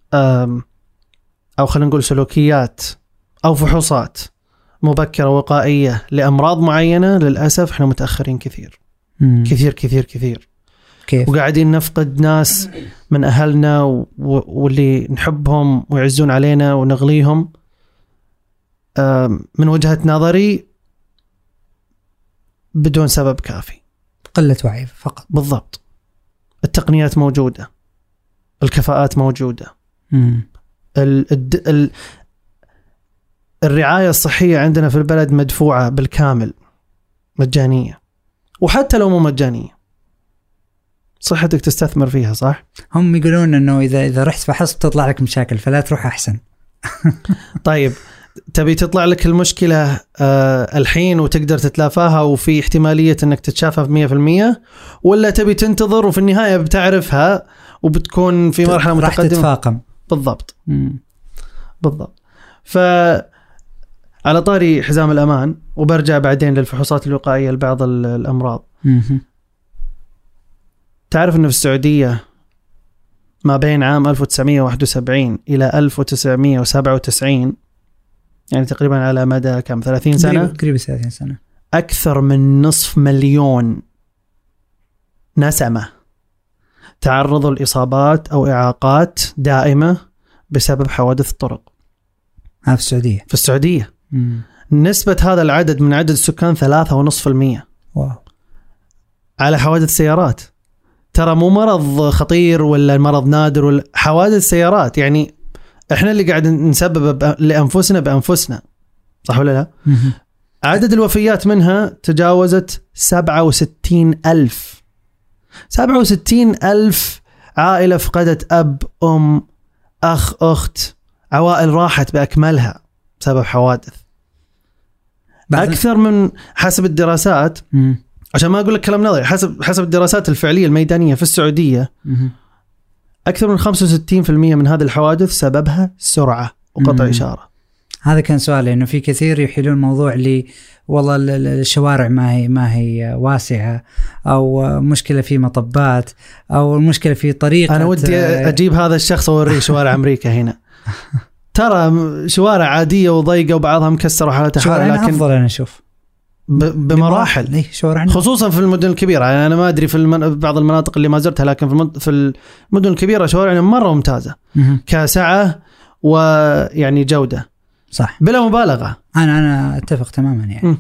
أو خلينا نقول سلوكيات أو فحوصات مبكرة وقائية لأمراض معينة، للأسف إحنا متأخرين كثير. كثير كثير كثير. كيف؟ وقاعدين نفقد ناس من أهلنا واللي نحبهم ويعزون علينا ونغليهم من وجهة نظري بدون سبب كافي. قلة وعي فقط. بالضبط. التقنيات موجودة، الكفاءات موجودة، الرعاية الصحية عندنا في البلد مدفوعة بالكامل، مجانية، وحتى لو مو مجانية صحتك تستثمر فيها. صح؟ هم يقولون أنه إذا رحت فحصت تطلع لك مشاكل، فلا تروح أحسن. طيب تبي تطلع لك المشكلة الحين وتقدر تتلافاها وفي احتمالية أنك تتشافى 100%، ولا تبي تنتظر وفي النهاية بتعرفها وبتكون في مرحلة متقدمة راح تتفاقم؟ بالضبط. بالضبط. فعلى طاري حزام الأمان، وبرجع بعدين للفحوصات الوقائية لبعض الأمراض. تعرف أنه في السعودية ما بين عام 1971 إلى 1997، يعني تقريبا على مدى كم 30 سنة، قريب 30 سنة، أكثر من 500,000 نسمة تعرضوا لإصابات أو إعاقات دائمة بسبب حوادث الطرق. في السعودية. في السعودية. نسبة هذا العدد من عدد السكان 3.5%. واو. على حوادث سيارات. ترى مو مرض خطير ولا مرض نادر، ولا حوادث سيارات. يعني احنا اللي قاعد نسبب لأنفسنا بأنفسنا، صح ولا لا؟ عدد الوفيات منها تجاوزت 67,000. 67,000 عائلة فقدت أب، أم، أخ، أخت، عوائل راحت بأكملها بسبب حوادث. أكثر من حسب الدراسات، عشان ما أقول لك كلام نظري، حسب الدراسات الفعلية الميدانية في السعودية، أكثر من 65% من هذه الحوادث سببها سرعة وقطع إشارة. هذا كان سؤال، لأنه في كثير يحيلون الموضوع والله الشوارع ما هي واسعة، أو مشكلة في مطبات، أو المشكلة في طريقة. أنا ودي أجيب هذا الشخص وأوريه شوارع أمريكا هنا. ترى شوارع عادية وضيقة وبعضها مكسرة وحالتها حالة، لكن أفضل أنا أشوف بمراحل، خصوصا في المدن الكبيرة. يعني أنا ما أدري في بعض المناطق اللي ما زرتها، لكن في المدن الكبيرة شوارعنا مرة ممتازة كسعة ويعني جودة، صح بلا مبالغة. أنا أتفق تماما. يعني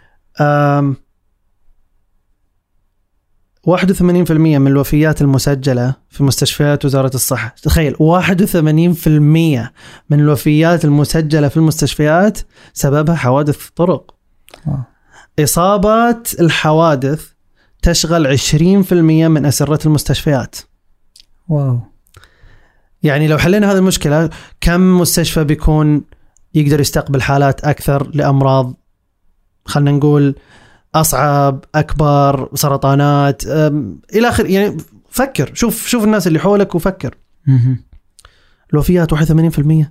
81% من الوفيات المسجلة في مستشفيات وزارة الصحة، تخيل 81% من الوفيات المسجلة في المستشفيات سببها حوادث طرق. إصابات الحوادث تشغل 20% من أسرة المستشفيات. واو. يعني لو حلينا هذه المشكلة، كم مستشفى بيكون يقدر يستقبل حالات أكثر لأمراض خلنا نقول أصعب، أكبر، سرطانات إلى آخر. يعني فكر، شوف الناس اللي حولك وفكر. الوفيات 81%.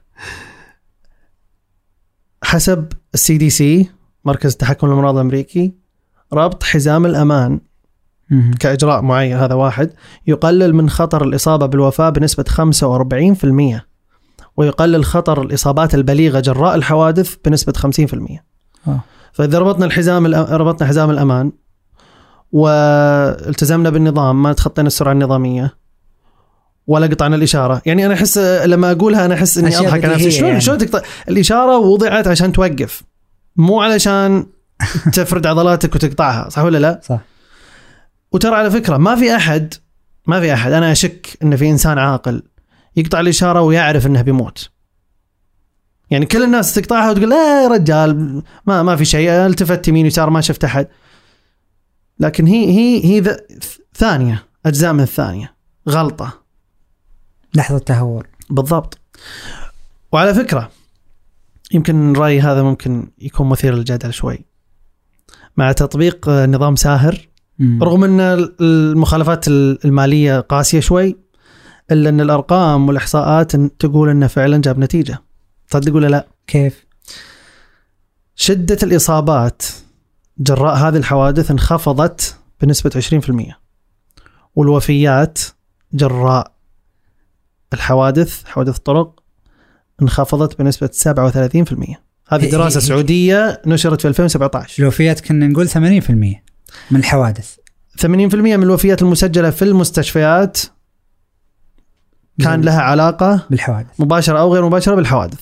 حسب CDC مركز التحكم الأمراض الأمريكي، ربط حزام الأمان كإجراء معين، هذا واحد، يقلل من خطر الإصابة بالوفاة بنسبة 45%، ويقلل خطر الإصابات البليغة جراء الحوادث بنسبة 50%. فإذا ربطنا حزام الأمان والتزمنا بالنظام، ما تخطينا السرعة النظامية ولا قطعنا الإشارة. يعني أنا أحس لما أقولها أنا أحس إني أضحك على نفسي. شلون تقطع الإشارة؟ وضعت عشان توقف، مو علشان تفرد عضلاتك وتقطعها، صح ولا لا؟ صح. وترى على فكرة ما في أحد أنا أشك إن في إنسان عاقل يقطع الإشارة ويعرف إنه بيموت. يعني كل الناس تقطعها وتقول لا يا رجال ما في شيء، التفت يمين ويسار ما شفت أحد. لكن هي ثانية، أجزاء من الثانية، غلطة، لحظة تهور. بالضبط. وعلى فكرة يمكن رأيي هذا ممكن يكون مثير للجدل شوي مع تطبيق نظام ساهر، رغم أن المخالفات المالية قاسية شوي، إلا أن الأرقام والإحصاءات تقول أنه فعلا جاب نتيجة. تصدق ولا لا؟ كيف؟ شدة الإصابات جراء هذه الحوادث انخفضت بنسبة 20%، والوفيات جراء حوادث الطرق انخفضت بنسبة 37%. هذه دراسة سعودية نشرت في 2017. الوفيات كنا نقول 80% من الحوادث. 80% من الوفيات المسجلة في المستشفيات كان لها علاقة بالحوادث، مباشرة أو غير مباشرة بالحوادث.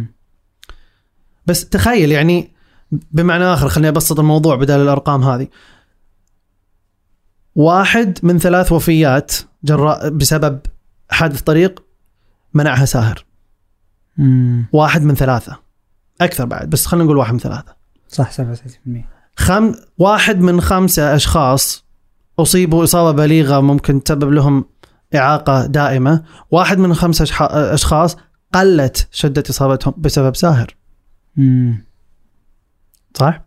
بس تخيل، يعني بمعنى آخر، خليني أبسط الموضوع بدل الأرقام هذه. 1 من 3 وفيات جراء بسبب حادث طريق منعها ساهر. 1 من 3، أكثر بعد، بس خلينا نقول 1 من 3. صح، 37%. 1 من 5 أشخاص أصيبوا إصابة بليغة ممكن تسبب لهم إعاقة دائمة. 1 من 5 أشخاص قلت شدة إصابتهم بسبب ساهر. صح؟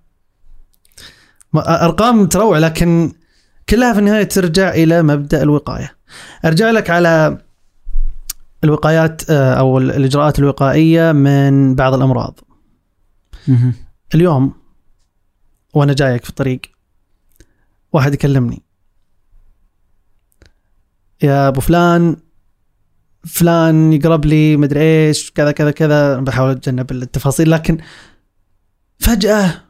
أرقام تروع، لكن كلها في النهاية ترجع إلى مبدأ الوقاية. أرجع لك على الوقايات أو الإجراءات الوقائية من بعض الأمراض. اليوم وأنا جايك في الطريق واحد يكلمني، يا أبو فلان يقرب لي مدري إيش كذا كذا كذا. أنا بحاول أتجنب التفاصيل، لكن فجأة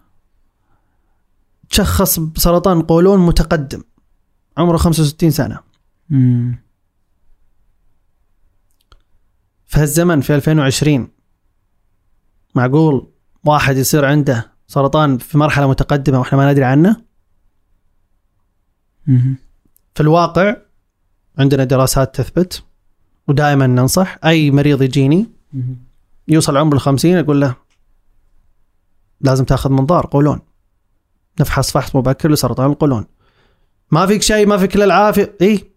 تشخص بسرطان قولون متقدم، عمره 65 سنة. في هالزمن في 2020 معقول واحد يصير عنده سرطان في مرحلة متقدمة وإحنا ما ندري عنه؟ في الواقع عندنا دراسات تثبت، ودائما ننصح أي مريض يجيني يوصل عمره 50 أقول له لازم تأخذ منظار قولون، نفحص فحص مبكر لسرطان القولون. ما فيك شيء، ما فيك العافية. إيه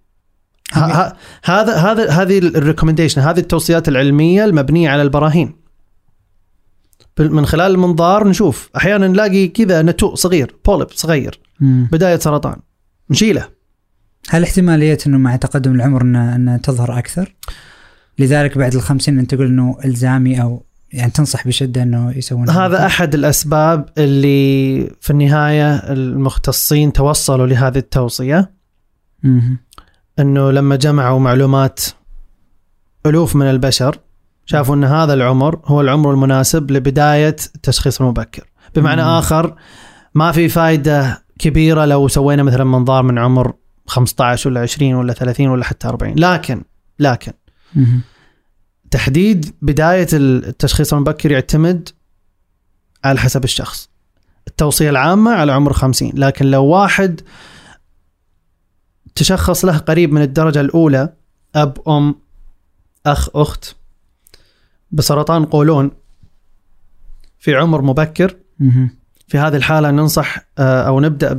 هذه الريكومنديشن، هذه التوصيات العلمية المبنية على البراهين. من خلال المنظار نشوف أحيانا نلاقي كذا نتوء صغير، بوليب صغير، بداية سرطان، نشيله. هل احتمالية أنه مع تقدم العمر أن تظهر أكثر؟ لذلك بعد 50 أنت تقول أنه إلزامي أو يعني تنصح بشدة أنه يسوون هذا؟ أحد الأسباب اللي في النهاية المختصين توصلوا لهذه التوصية. أنه لما جمعوا معلومات ألوف من البشر شافوا أن هذا العمر هو العمر المناسب لبداية التشخيص المبكر. بمعنى آخر ما في فائدة كبيرة لو سوينا مثلا منظار من عمر 15 ولا 20 ولا 30 ولا حتى 40. لكن تحديد بداية التشخيص المبكر يعتمد على حسب الشخص. التوصية العامة على عمر 50، لكن لو واحد تشخص له قريب من الدرجة الأولى، أب أم أخ أخت، بسرطان قولون في عمر مبكر، في هذه الحالة ننصح أو نبدأ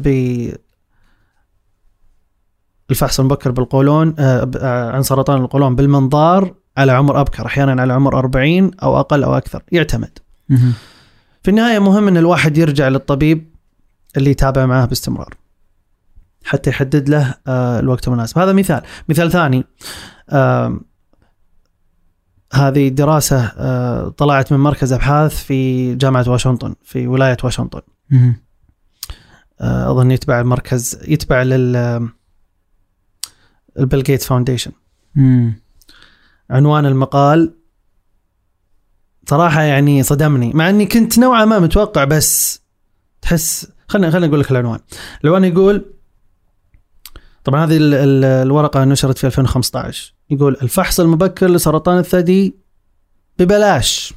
بالفحص المبكر بالقولون عن سرطان القولون بالمنظار على عمر أبكر، أحيانا على عمر 40 أو أقل أو أكثر، يعتمد. في النهاية مهم أن الواحد يرجع للطبيب اللي يتابع معه باستمرار حتى يحدد له الوقت المناسب. هذا مثال ثاني، هذه دراسة طلعت من مركز أبحاث في جامعة واشنطن في ولاية واشنطن. أظن يتبع البيل غيتس فاونديشن. عنوان المقال صراحة يعني صدمني، مع أني كنت نوعا ما متوقع، بس تحس خلنا أقول لك العنوان يقول، طبعا هذه الورقة نشرت في 2015، يقول الفحص المبكر لسرطان الثدي ببلاش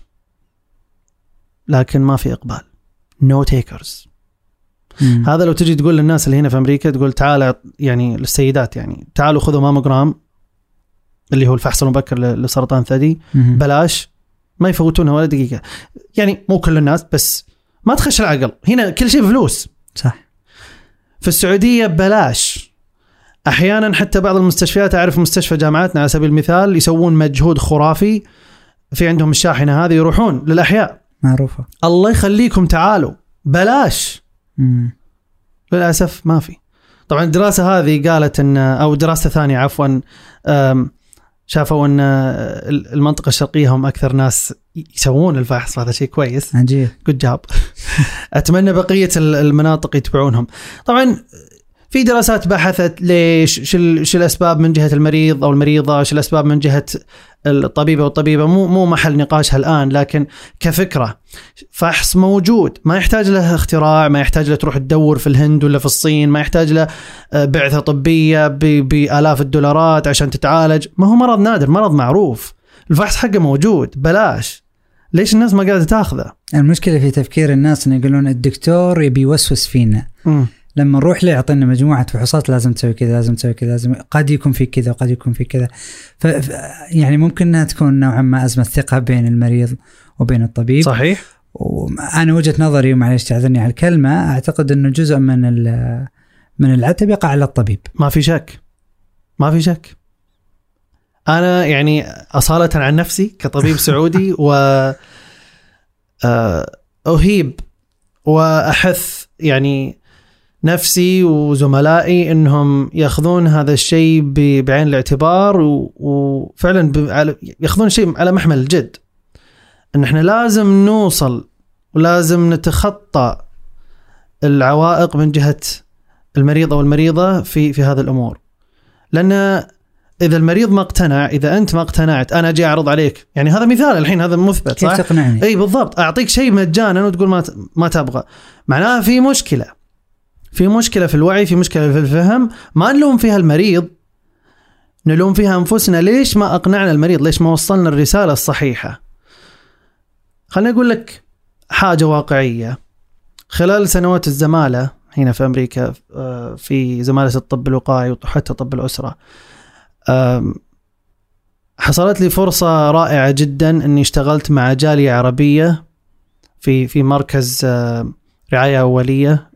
لكن ما في إقبال، no takers. هذا لو تجي تقول للناس اللي هنا في أمريكا، تقول تعال يعني للسيدات، يعني تعالوا خذوا ماموجرام اللي هو الفحص المبكر لسرطان الثدي بلاش، ما يفوتونها ولا دقيقة. يعني مو كل الناس، بس ما تخش العقل، هنا كل شيء بفلوس. صح. في السعودية بلاش. أحيانا حتى بعض المستشفيات، أعرف مستشفى جامعاتنا على سبيل المثال، يسوون مجهود خرافي، في عندهم الشاحنة هذه، يروحون للأحياء معروفة، الله يخليكم تعالوا بلاش. للأسف ما في. طبعا الدراسة هذه قالت أن، أو دراسة ثانية عفوا، شافوا أن المنطقة الشرقية هم أكثر ناس يسوون الفحص، هذا شيء كويس. عجيب. good job. أتمنى بقية المناطق يتبعونهم. طبعا في دراسات بحثت ليش، شو الأسباب من جهة المريض أو المريضة، شو الأسباب من جهة الطبيبة والطبيبة، مو محل نقاشها الآن، لكن كفكرة فحص موجود، ما يحتاج له اختراع، ما يحتاج له تروح تدور في الهند ولا في الصين، ما يحتاج له بعثة طبية بآلاف الدولارات عشان تتعالج. ما هو مرض نادر، مرض معروف، الفحص حقه موجود بلاش. ليش الناس ما قاعدة تاخذه؟ المشكلة في تفكير الناس، إن يقولون الدكتور يبي يوسوس فينا. لما نروح له يعطينا مجموعة فحوصات، لازم تسوي كذا، لازم تسوي كذا، لازم، قد يكون في كذا وقد يكون في كذا. يعني ممكن أنها تكون نوعا ما أزمة ثقة بين المريض وبين الطبيب. صحيح. وأنا وجهة نظري، ومعليش تعذرني على الكلمة، أعتقد أنه جزء من العتب يقع على الطبيب. ما في شك. أنا يعني أصالة عن نفسي كطبيب سعودي وأهيب وأحث يعني نفسي وزملائي إنهم يأخذون هذا الشيء بعين الاعتبار، وفعلا يأخذون شيء على محمل الجد، إن إحنا لازم نوصل ولازم نتخطى العوائق من جهة المريض أو المريضة في هذه الأمور. لأن إذا المريض ما اقتنع، إذا أنت ما اقتنعت، أنا أجي أعرض عليك، يعني هذا مثال الحين، هذا مثبت، صح؟ كيف تقنعني؟ أي بالضبط، أعطيك شيء مجانا وتقول ما تبغى، معناها في مشكلة في الوعي، في مشكلة في الفهم. ما نلوم فيها المريض، نلوم فيها أنفسنا. ليش ما أقنعنا المريض؟ ليش ما وصلنا الرسالة الصحيحة؟ خليني أقول لك حاجة واقعية. خلال سنوات الزمالة هنا في أمريكا، في زمالة الطب الوقائي وحتى طب الأسرة، حصلت لي فرصة رائعة جدا أني اشتغلت مع جالية عربية في مركز رعاية أولية.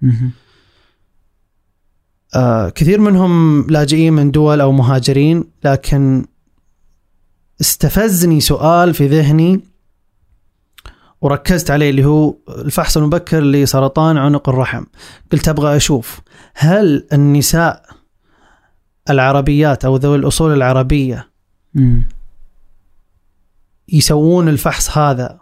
كثير منهم لاجئين من دول أو مهاجرين، لكن استفزني سؤال في ذهني وركزت عليه، اللي هو الفحص المبكر لسرطان عنق الرحم. قلت أبغى أشوف هل النساء العربيات أو ذوي الأصول العربية يسوون الفحص هذا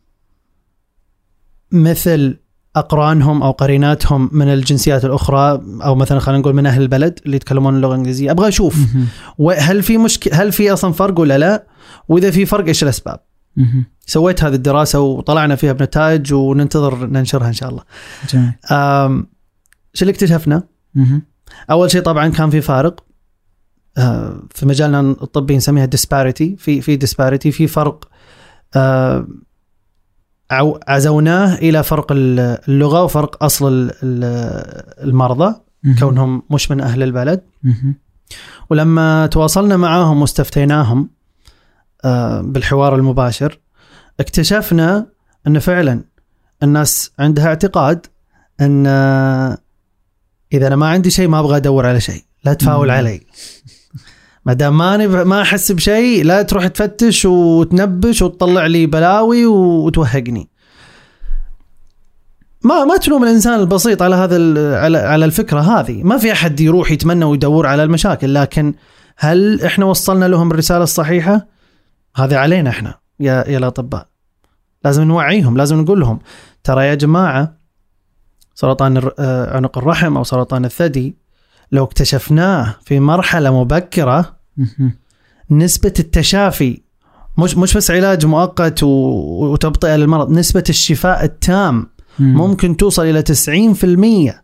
مثل أقرانهم أو قريناتهم من الجنسيات الأخرى، أو مثلا خلينا نقول من أهل البلد اللي يتكلمون اللغة الإنجليزية. أبغى أشوف وهل في مشكلة، هل في أصلا فرق ولا لا، وإذا في فرق إيش الأسباب. سويت هذه الدراسة وطلعنا فيها بنتائج وننتظر ننشرها إن شاء الله. جميل. شو اللي اكتشفنا؟ أول شيء طبعا كان في فارق في مجالنا الطبي نسميها disparity. في disparity، في فرق عزوناه إلى فرق اللغة وفرق أصل المرضى كونهم مش من أهل البلد. ولما تواصلنا معاهم واستفتيناهم بالحوار المباشر اكتشفنا أن فعلا الناس عندها اعتقاد أن إذا أنا ما عندي شيء ما أبغى أدور على شيء، لا تفاول علي، ما دام ما أحس بشيء لا تروح تفتش وتنبش وتطلع لي بلاوي وتوهقني. ما تلوم الإنسان البسيط على هذا على الفكرة هذه. ما في أحد يروح يتمنى ويدور على المشاكل، لكن هل إحنا وصلنا لهم الرسالة الصحيحة؟ هذا علينا إحنا يا الأطباء، لازم نوعيهم، لازم نقول لهم ترى يا جماعة سرطان عنق الرحم أو سرطان الثدي لو اكتشفناه في مرحلة مبكرة نسبة التشافي مش بس علاج مؤقت وتبطئة للمرض، نسبة الشفاء التام ممكن توصل إلى 90%.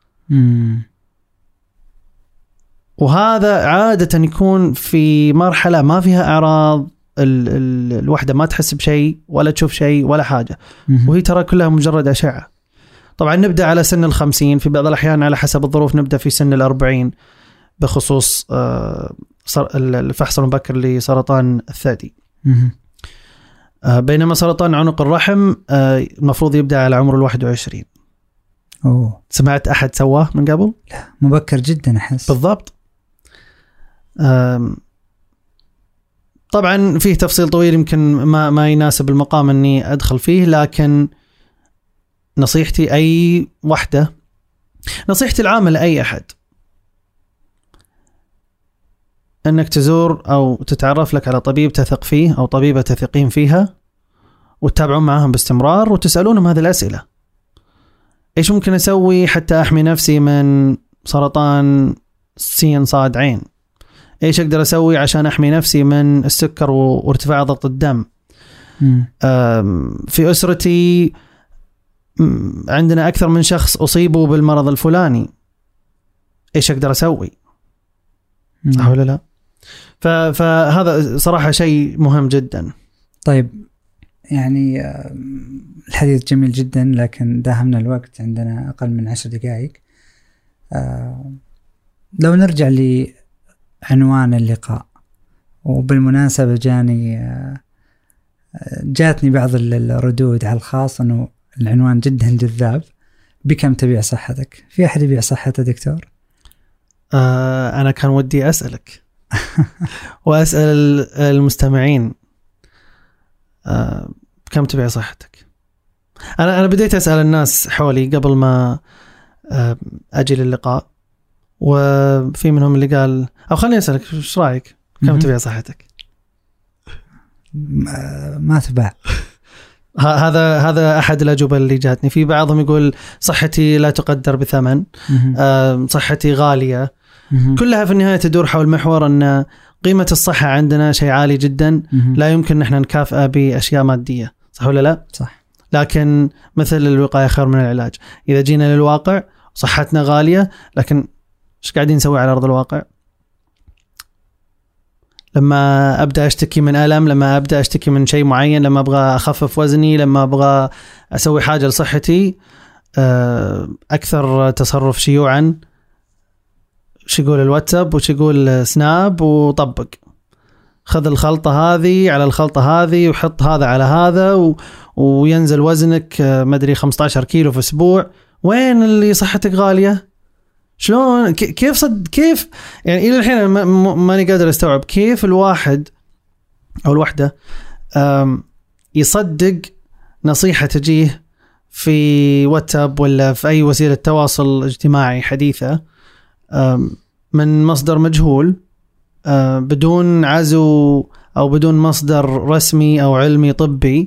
وهذا عادة يكون في مرحلة ما فيها أعراض، الوحدة ما تحس بشيء ولا تشوف شيء ولا حاجة، وهي ترى كلها مجرد أشعة. طبعا نبدأ على سن 50، في بعض الأحيان على حسب الظروف نبدأ في سن 40 بخصوص الفحص المبكر لسرطان الثدي. بينما سرطان عنق الرحم المفروض يبدأ على عمر 21. سمعت أحد سواه من قبل؟ لا، مبكر جدا أحس. بالضبط. طبعا فيه تفصيل طويل يمكن ما يناسب المقام أني أدخل فيه، لكن نصيحتي أي وحدة، نصيحتي العامة لأي أحد، أنك تزور أو تتعرف لك على طبيب تثق فيه أو طبيبة تثقين فيها وتتابعون معهم باستمرار وتسألونهم هذه الأسئلة. إيش ممكن أسوي حتى أحمي نفسي من سرطان سين صاد عين؟ إيش أقدر أسوي عشان أحمي نفسي من السكر وارتفاع ضغط الدم؟ في أسرتي عندنا أكثر من شخص أصيبوا بالمرض الفلاني، إيش أقدر أسوي؟ صح ولا لا؟ فهذا صراحة شيء مهم جدا. طيب يعني الحديث جميل جدا، لكن داهمنا الوقت، عندنا أقل من 10 دقائق. لو نرجع لعنوان اللقاء، وبالمناسبة جاتني بعض الردود على الخاص أنه العنوان جدا جذاب، بكم تبيع صحتك؟ في أحد يبيع صحته دكتور؟ أنا كان ودي أسألك وأسأل المستمعين بكم تبيع صحتك؟ أنا بديت أسأل الناس حولي قبل ما أجي للقاء، وفي منهم اللي قال أو خليني أسألك إيش رأيك بكم تبيع صحتك؟ ما تباع. هذا أحد الأجوبة اللي جاتني. في بعضهم يقول صحتي لا تقدر بثمن، صحتي غالية. كلها في النهاية تدور حول محور أن قيمة الصحة عندنا شيء عالي جدا، لا يمكن نحن نكافئ بأشياء مادية، صح ولا لا؟ صح. لكن مثل الوقاية خير من العلاج. إذا جينا للواقع صحتنا غالية، لكن إيش قاعدين نسوي على أرض الواقع؟ لما أبدأ أشتكي من ألم، لما أبدأ أشتكي من شيء معين، لما أبغى أخفف وزني، لما أبغى أسوي حاجة لصحتي، أكثر تصرف شيوعا شو يقول الواتساب وش يقول سناب، وطبق خذ الخلطة هذه على الخلطة هذه وحط هذا على هذا وينزل وزنك مدري 15 كيلو في أسبوع. وين اللي صحتك غالية؟ شلون كيف يعني إلى الحين ماني قادر أستوعب كيف الواحد أو الوحدة يصدق نصيحة تجيه في واتساب ولا في أي وسيلة تواصل اجتماعي حديثة من مصدر مجهول، بدون عزو أو بدون مصدر رسمي أو علمي طبي.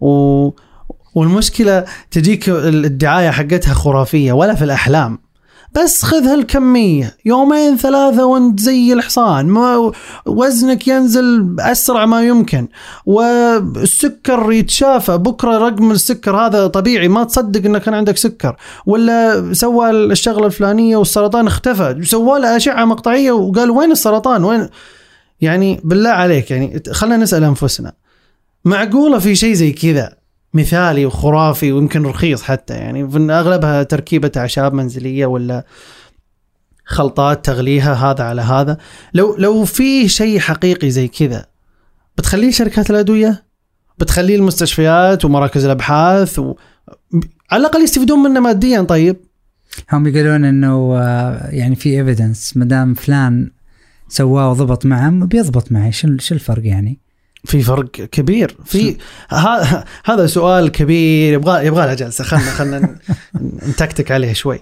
والمشكلة تجيك الدعاية حقتها خرافية، ولا في الأحلام بس خذ هالكمية 2-3 وانت زي الحصان، ما وزنك ينزل أسرع ما يمكن، والسكر يتشافى بكرة، رقم السكر هذا طبيعي، ما تصدق انك كان عندك سكر، ولا سوى الشغلة الفلانية والسرطان اختفى، سوى له أشعة مقطعية وقال وين السرطان وين. يعني بالله عليك، يعني خلنا نسأل أنفسنا، معقولة في شيء زي كذا مثالي وخرافي ويمكن رخيص حتى، يعني في أغلبها تركيبة أعشاب منزلية ولا خلطات تغليها هذا على هذا. لو في شيء حقيقي زي كذا بتخليه شركات الأدوية، بتخليه المستشفيات ومراكز الأبحاث على الأقل يستفيدون منه ماديا. طيب هم يقولون إنه يعني في evidence مدام فلان سواه وضبط معه بيضبط معي، شو الفرق يعني؟ في فرق كبير. في هذا سؤال كبير يبغى له جلسة، خلنا نتكتك عليه شوي.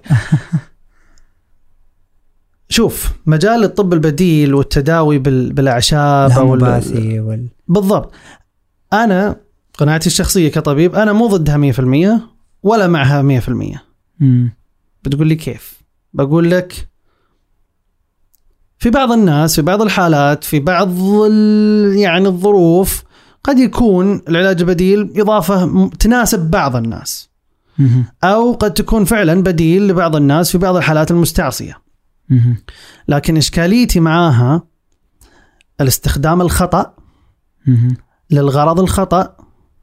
شوف، مجال الطب البديل والتداوي بالأعشاب أو بالضبط، أنا قناعتي الشخصية كطبيب أنا مو ضدها 100% ولا معها 100%. بتقول لي كيف؟ بقول لك في بعض الناس، في بعض الحالات، في بعض يعني الظروف قد يكون العلاج البديل إضافة تناسب بعض الناس، أو قد تكون فعلا بديل لبعض الناس في بعض الحالات المستعصية. لكن إشكاليتي معاها الاستخدام الخطأ للغرض الخطأ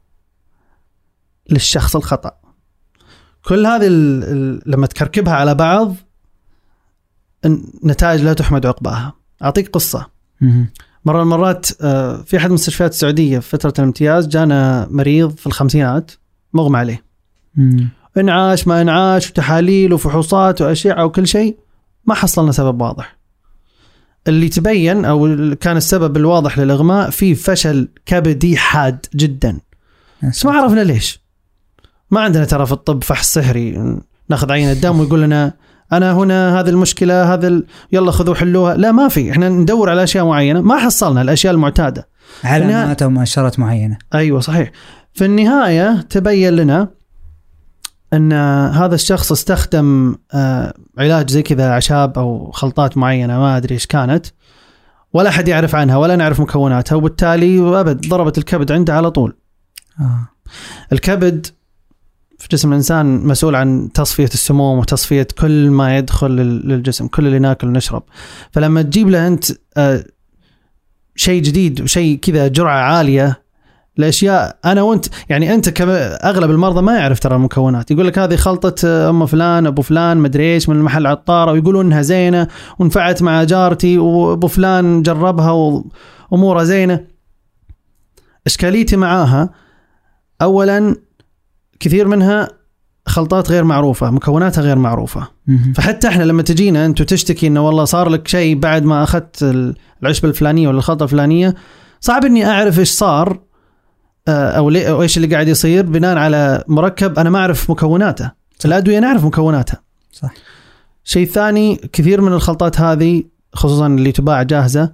للشخص الخطأ. كل هذه لما تكركبها على بعض نتائج لا تحمد عقباها. أعطيك قصة. مرة من المرات في أحد مستشفيات السعودية في فترة الامتياز جانا مريض في الخمسينات مغمى عليه، انعاش ما انعاش وتحاليل وفحوصات وأشعة وكل شيء، ما حصلنا سبب واضح. اللي تبين أو كان السبب الواضح للإغماء في فشل كبدي حاد جدا، بس ما عرفنا ليش. ما عندنا ترى في الطب فحص سحري ناخذ عينة الدم ويقول لنا أنا هنا هذه المشكلة يلا خذوا حلوها. لا، ما في. إحنا ندور على أشياء معينة ما حصلنا الأشياء المعتادة، علامات أو مؤشرات معينة. أيوة صحيح. في النهاية تبين لنا أن هذا الشخص استخدم علاج زي كذا، أعشاب أو خلطات معينة ما أدري إيش كانت، ولا حد يعرف عنها ولا نعرف مكوناتها، وبالتالي أبد ضربت الكبد عنده على طول. الكبد في جسم الإنسان مسؤول عن تصفية السموم وتصفية كل ما يدخل للجسم، كل اللي ناكل ونشرب. فلما تجيب له أنت شيء جديد وشيء كذا جرعة عالية الأشياء، أنا وأنت يعني أنت أغلب المرضى ما يعرف ترى المكونات، يقول لك هذه خلطة أم فلان أبو فلان مدري إيش من المحل عطارة، ويقولون إنها زينة ونفعت مع جارتي وأبو فلان جربها وأمورها زينة. إشكاليتي معاها أولا كثير منها خلطات غير معروفة، مكوناتها غير معروفة. فحتى احنا لما تجينا انت تشتكي انه والله صار لك شيء بعد ما اخذت العشبة الفلانية ولا الخلطة الفلانية، صعب اني اعرف ايش صار او ايش اللي قاعد يصير بناء على مركب انا ما اعرف مكوناته. الادوية نعرف مكوناتها صح. شيء ثاني، كثير من الخلطات هذه خصوصا اللي تباع جاهزة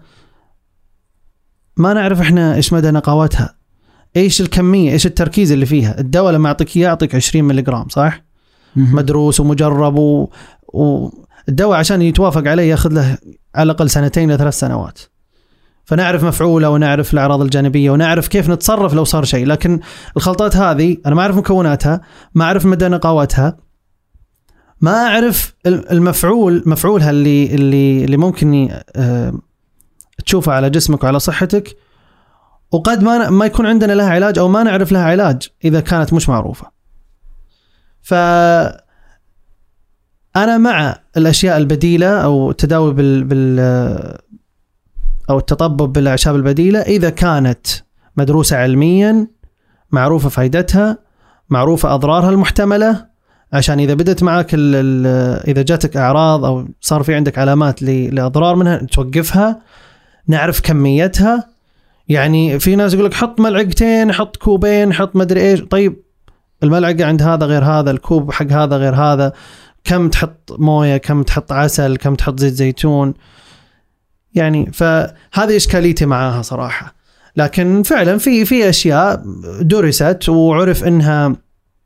ما نعرف احنا ايش مدى نقاوتها، ايش الكمية، ايش التركيز اللي فيها. الدواء لما اعطيك اياه اعطيك 20 ملغ صح، مدروس ومجرب، والدواء عشان يتوافق عليه ياخذ له على الاقل 2 إلى 3 سنوات. فنعرف مفعوله ونعرف الاعراض الجانبية ونعرف كيف نتصرف لو صار شيء. لكن الخلطات هذه انا ما اعرف مكوناتها، ما اعرف مدى نقاوتها، ما اعرف مفعولها اللي ممكن تشوفه على جسمك وعلى صحتك، وقد ما يكون عندنا لها علاج أو ما نعرف لها علاج إذا كانت مش معروفة. فأنا مع الأشياء البديلة أو التداوي أو التطبب بالأعشاب البديلة إذا كانت مدروسة علميا، معروفة فائدتها، معروفة أضرارها المحتملة، عشان إذا بدت معك إذا جاتك أعراض أو صار في عندك علامات لأضرار منها توقفها، نعرف كميتها. يعني في ناس يقول لك حط ملعقتين، حط كوبين، حط مدري ايش. طيب الملعقة عند هذا غير هذا، الكوب حق هذا غير هذا، كم تحط موية، كم تحط عسل، كم تحط زيت زيتون. يعني فهذه إشكاليتي معاها صراحة. لكن فعلا في أشياء درست وعرف إنها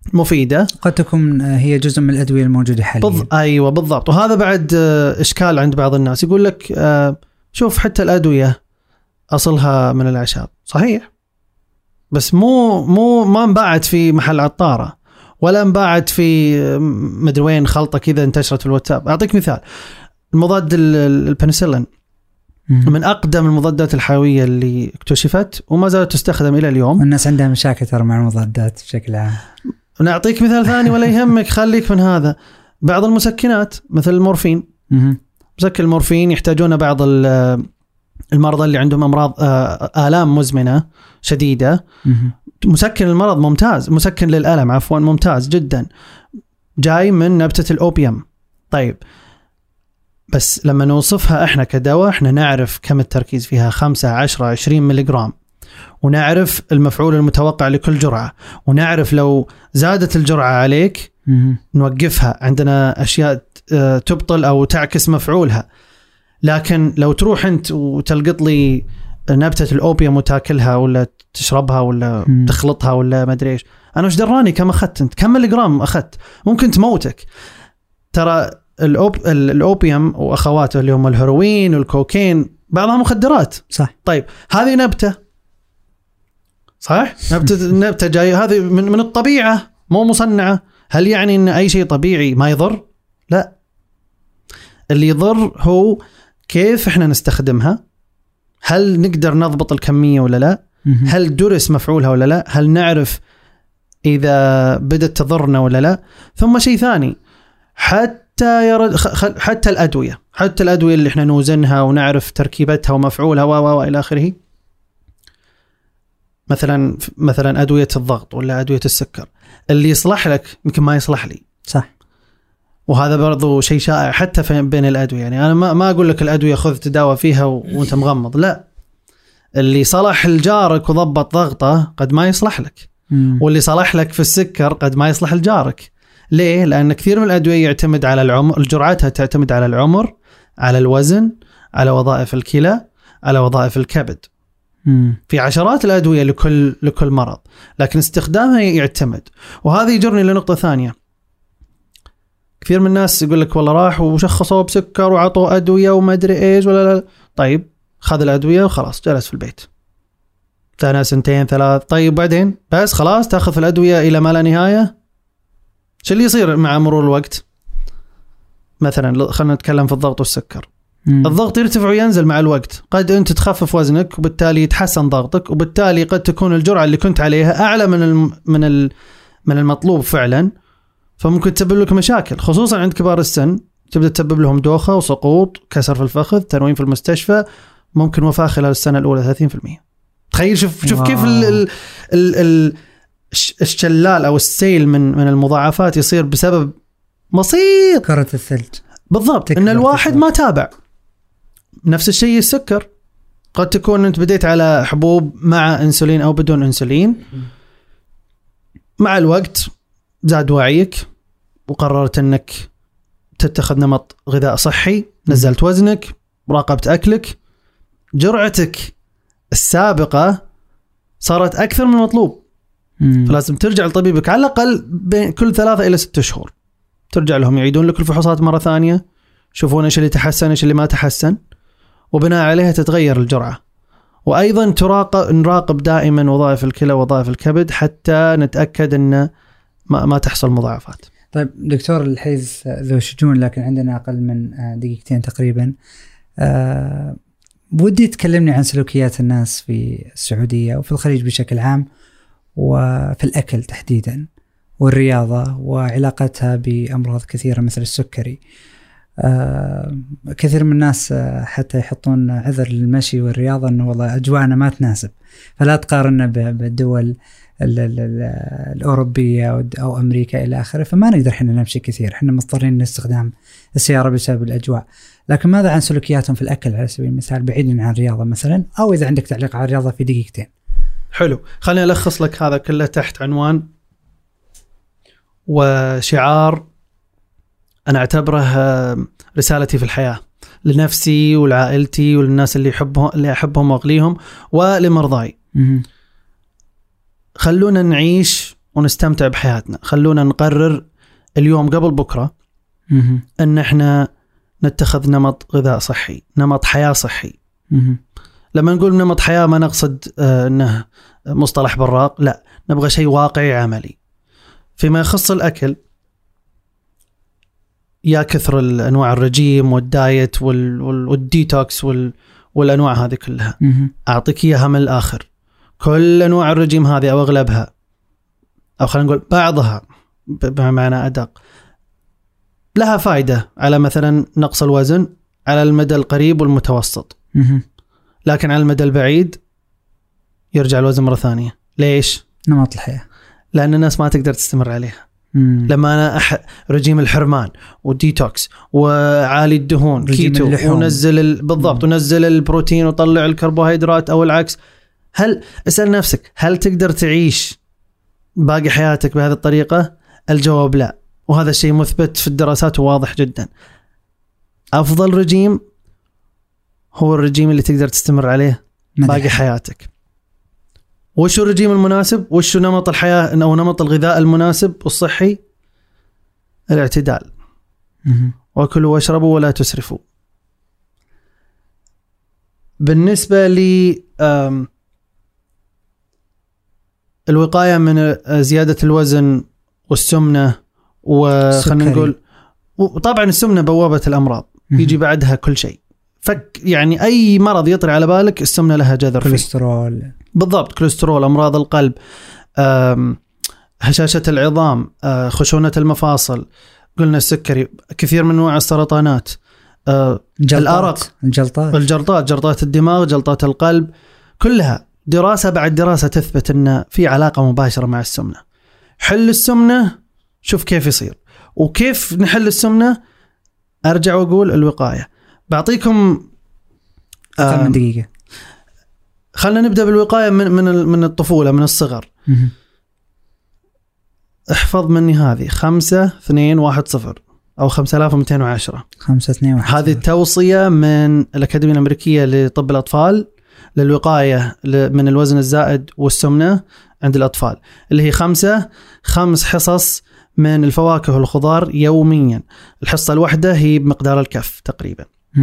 مفيدة، قد تكون هي جزء من الأدوية الموجودة حاليا. أيوة بالضبط. وهذا بعد إشكال عند بعض الناس، يقول لك شوف حتى الأدوية أصلها من الأعشاب، صحيح، بس ما انباعت في محل عطارة ولا انباعت في مدري وين خلطة كذا انتشرت في الواتساب. أعطيك مثال، المضاد البنسلين من أقدم المضادات الحيوية اللي اكتشفت وما زالت تستخدم إلى اليوم. الناس عندها مشاكل ترى مع المضادات بشكل عام. نعطيك مثال ثاني ولا يهمك، خليك من هذا. بعض المسكنات مثل المورفين، مسكن المورفين يحتاجون بعض المرضى اللي عندهم أمراض آلام مزمنة شديدة. مسكن المرض ممتاز، مسكن للألم عفوا ممتاز جدا، جاي من نبتة الأوبيوم. طيب بس لما نوصفها احنا كدواء، احنا نعرف كم التركيز فيها، 5 10 20 ملغرام، ونعرف المفعول المتوقع لكل جرعة، ونعرف لو زادت الجرعة عليك نوقفها، عندنا أشياء تبطل أو تعكس مفعولها. لكن لو تروح أنت وتلقط لي نبتة الأوبيوم وتاكلها ولا تشربها ولا تخلطها ولا ما أدري إيش، أنا وش دراني كم أخذت أنت، كم ملغرام أخذت، ممكن تموتك. ترى الأوبيوم وأخواته اللي هم الهيروين والكوكين بعضها مخدرات، صح. طيب هذه نبتة، صح، نبتة جاية هذه من الطبيعة مو مصنعة. هل يعني إن أي شيء طبيعي ما يضر؟ لا، اللي يضر هو كيف إحنا نستخدمها، هل نقدر نضبط الكمية ولا لا، هل درس مفعولها ولا لا، هل نعرف إذا بدأت تضرنا ولا لا. ثم شيء ثاني، حتى الأدوية اللي إحنا نوزنها ونعرف تركيبتها ومفعولها وإلى آخره. مثلا أدوية الضغط ولا أدوية السكر، اللي يصلح لك يمكن ما يصلح لي، صح. وهذا برضو شيء شائع حتى بين الأدوية. يعني أنا ما أقول لك الأدوية خذ تداوى فيها وأنت مغمض، لا، اللي صلح لجارك وضبط ضغطه قد ما يصلح لك، واللي صلح لك في السكر قد ما يصلح لجارك. ليه؟ لأن كثير من الأدوية يعتمد على العمر، الجرعاتها تعتمد على العمر، على الوزن، على وظائف الكلى، على وظائف الكبد. في عشرات الأدوية لكل مرض، لكن استخدامها يعتمد. وهذا يجرني لنقطة ثانية، كثير من الناس يقول لك والله راح وشخصوا بسكر وعطوا أدوية وما أدري إيش ولا لا. طيب خذ الأدوية وخلاص جلس في البيت 2 2 3. طيب بعدين بس خلاص تأخذ في الأدوية إلى ما لا نهاية. شو اللي يصير مع مرور الوقت؟ مثلا خلنا نتكلم في الضغط والسكر. الضغط يرتفع وينزل مع الوقت، قد أنت تخفف وزنك وبالتالي يتحسن ضغطك، وبالتالي قد تكون الجرعة اللي كنت عليها أعلى من المطلوب فعلا، فممكن تسبب لك مشاكل، خصوصا عند كبار السن. تبدأ تسبب لهم دوخة وسقوط، كسر في الفخذ، تنويم في المستشفى، ممكن وفاة خلال السنة الأولى 30%. تخيل، شوف كيف الشلال أو السيل من المضاعفات يصير بسبب بسيط، كرة الثلج. بالضبط، إن الواحد ما تابع. نفس الشيء السكر، قد تكون أنت بديت على حبوب مع أنسولين أو بدون أنسولين، مع الوقت زاد وعيك وقررت أنك تتخذ نمط غذاء صحي، نزلت وزنك، راقبت أكلك، جرعتك السابقة صارت أكثر من المطلوب، فلازم ترجع لطبيبك على الأقل بين كل 3 إلى 6 شهور، ترجع لهم يعيدون لك الفحوصات مرة ثانية، شوفون إيش اللي تحسن إيش اللي ما تحسن، وبناء عليها تتغير الجرعة. وأيضا نراقب دائما وظائف الكلى ووظائف الكبد حتى نتأكد أن ما تحصل مضاعفات. طيب دكتور، الحديث ذو شجون لكن عندنا أقل من 2 دقيقتين تقريبا. ودي تكلمني عن سلوكيات الناس في السعودية وفي الخليج بشكل عام، وفي الأكل تحديدا، والرياضة وعلاقتها بأمراض كثيرة مثل السكري. كثير من الناس حتى يحطون عذر للمشي والرياضة أنه والله أجواءنا ما تناسب، فلا تقارننا بالدول الأوروبية أو أمريكا إلى آخره، فما نقدر حنا نمشي كثير، حنا مضطرين لاستخدام السيارة بسبب الأجواء. لكن ماذا عن سلوكياتهم في الأكل على سبيل المثال، بعيدا عن الرياضة مثلا، أو إذا عندك تعليق على الرياضة في 2 دقيقتين. حلو، خليني ألخص لك هذا كله تحت عنوان وشعار أنا أعتبره رسالتي في الحياة لنفسي ولعائلتي وللناس اللي أحبهم وأغليهم ولمرضاي. خلونا نعيش ونستمتع بحياتنا. خلونا نقرر اليوم قبل بكرة أن إحنا نتخذ نمط غذاء صحي، نمط حياة صحي. لما نقول نمط حياة ما نقصد أنه مصطلح براق، لا، نبغى شيء واقعي عملي. فيما يخص الأكل، يا كثر الأنواع الرجيم والدايت والديتوكس والأنواع هذه كلها. أعطيك إياها من الآخر، كل أنواع الرجيم هذه أو أغلبها، أو خلينا نقول بعضها بمعنى أدق، لها فائدة على مثلا نقص الوزن على المدى القريب والمتوسط، لكن على المدى البعيد يرجع الوزن مرة ثانية. ليش؟ نمط الحياة، لأن الناس ما تقدر تستمر عليها. لما أنا رجيم الحرمان وديتوكس وعالي الدهون كيتو ونزل بالضبط ونزل البروتين وطلع الكربوهيدرات أو العكس، هل اسأل نفسك هل تقدر تعيش باقي حياتك بهذه الطريقة؟ الجواب لا، وهذا الشيء مثبت في الدراسات وواضح جدا. أفضل رجيم هو الرجيم اللي تقدر تستمر عليه باقي حياتك. وشو الرجيم المناسب؟ وشو نمط الحياة أو نمط الغذاء المناسب والصحي؟ الاعتدال. وكلوا واشربوا ولا تسرفوا. بالنسبة لي الوقاية من زيادة الوزن والسمنة، وخلنا نقول وطبعا السمنة بوابة الأمراض، يجي بعدها كل شيء. يعني أي مرض يطري على بالك السمنة لها جذر فيه. كوليسترول، بالضبط، كوليسترول، أمراض القلب، هشاشة العظام، خشونة المفاصل، قلنا السكري، كثير من أنواع السرطانات، الأرق، جلطات الدماغ، جلطات القلب، كلها دراسة بعد دراسة تثبت أن في علاقة مباشرة مع السمنة. حل السمنة، شوف كيف يصير وكيف نحل السمنة. أرجع وأقول الوقاية. بعطيكم من دقيقة. خلنا نبدأ بالوقاية من الطفولة، من الصغر. احفظ مني هذه 5-2-1-0 أو 5210. 5-2-1. هذه التوصية من الأكاديمية الأمريكية لطب الأطفال للوقاية من الوزن الزائد والسمنة عند الأطفال، اللي هي 5 حصص من الفواكه والخضار يوميا. الحصة الواحدة هي بمقدار الكف تقريبا.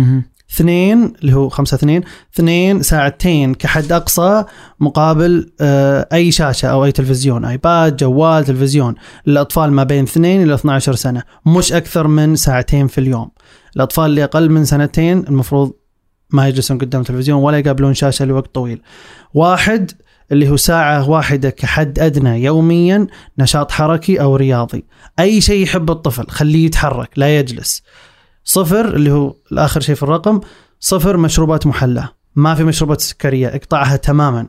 2 اللي هو 5-2 ساعتين كحد أقصى مقابل أي شاشة أو أي تلفزيون، آيباد، جوال، تلفزيون، للأطفال ما بين 2 إلى 12 سنة، مش أكثر من ساعتين في اليوم. الأطفال اللي أقل من 2 المفروض ما يجلسون قدام تلفزيون ولا يقابلون شاشة لوقت طويل. 1 اللي هو ساعة واحدة كحد أدنى يوميا نشاط حركي أو رياضي، أي شيء يحب الطفل خليه يتحرك لا يجلس. 0 اللي هو الآخر شيء في الرقم، 0 مشروبات محلى، ما في مشروبات سكرية، اقطعها تماما.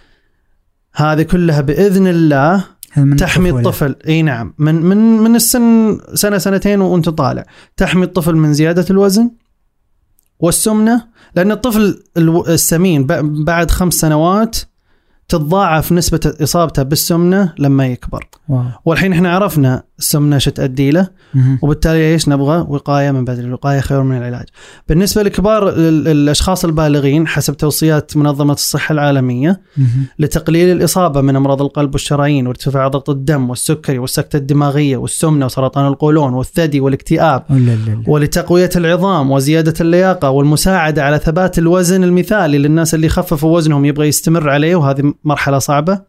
هذه كلها بإذن الله تحمي الطفل. اي نعم، من السن 2 وانت طالع، تحمي الطفل من زيادة الوزن والسمنة، لأن الطفل السمين بعد 5 سنوات تتضاعف نسبة إصابته بالسمنة لما يكبر. والحين احنا عرفنا السمنة شو تؤدي له، وبالتالي ايش نبغى؟ وقاية من بدري، الوقاية خير من العلاج. بالنسبة لكبار الأشخاص البالغين حسب توصيات منظمة الصحة العالمية لتقليل الإصابة من أمراض القلب والشرايين وارتفاع ضغط الدم والسكري والسكتة الدماغية والسمنة وسرطان القولون والثدي والاكتئاب، ولتقوية العظام وزيادة اللياقة والمساعدة على ثبات الوزن المثالي للناس اللي خففوا وزنهم يبغى يستمر عليه، وهذه مرحلة صعبة.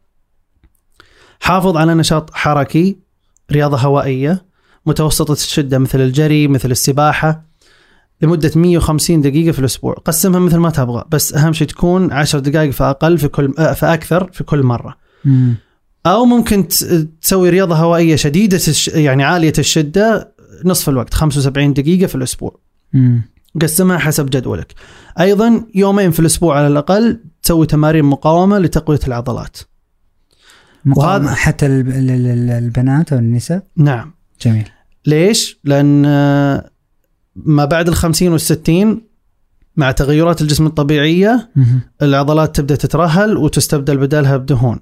حافظ على نشاط حركي، رياضة هوائية متوسطة الشدة مثل الجري، مثل السباحة، لمدة 150 دقيقة في الأسبوع. قسمها مثل ما تبغى، بس أهم شيء تكون 10 دقائق فأقل فأكثر في كل مرة. أو ممكن تسوي رياضة هوائية شديدة يعني عالية الشدة نصف الوقت، 75 دقيقة في الأسبوع. قسمها حسب جدولك. أيضا 2 يوم في الأسبوع على الأقل تسوي تمارين مقاومة لتقوية العضلات. مقاومة حتى البنات أو النساء؟ نعم. جميل. ليش؟ لأن ما بعد 50 و60 مع تغيرات الجسم الطبيعية العضلات تبدأ تترهل وتستبدل بدالها بدهون،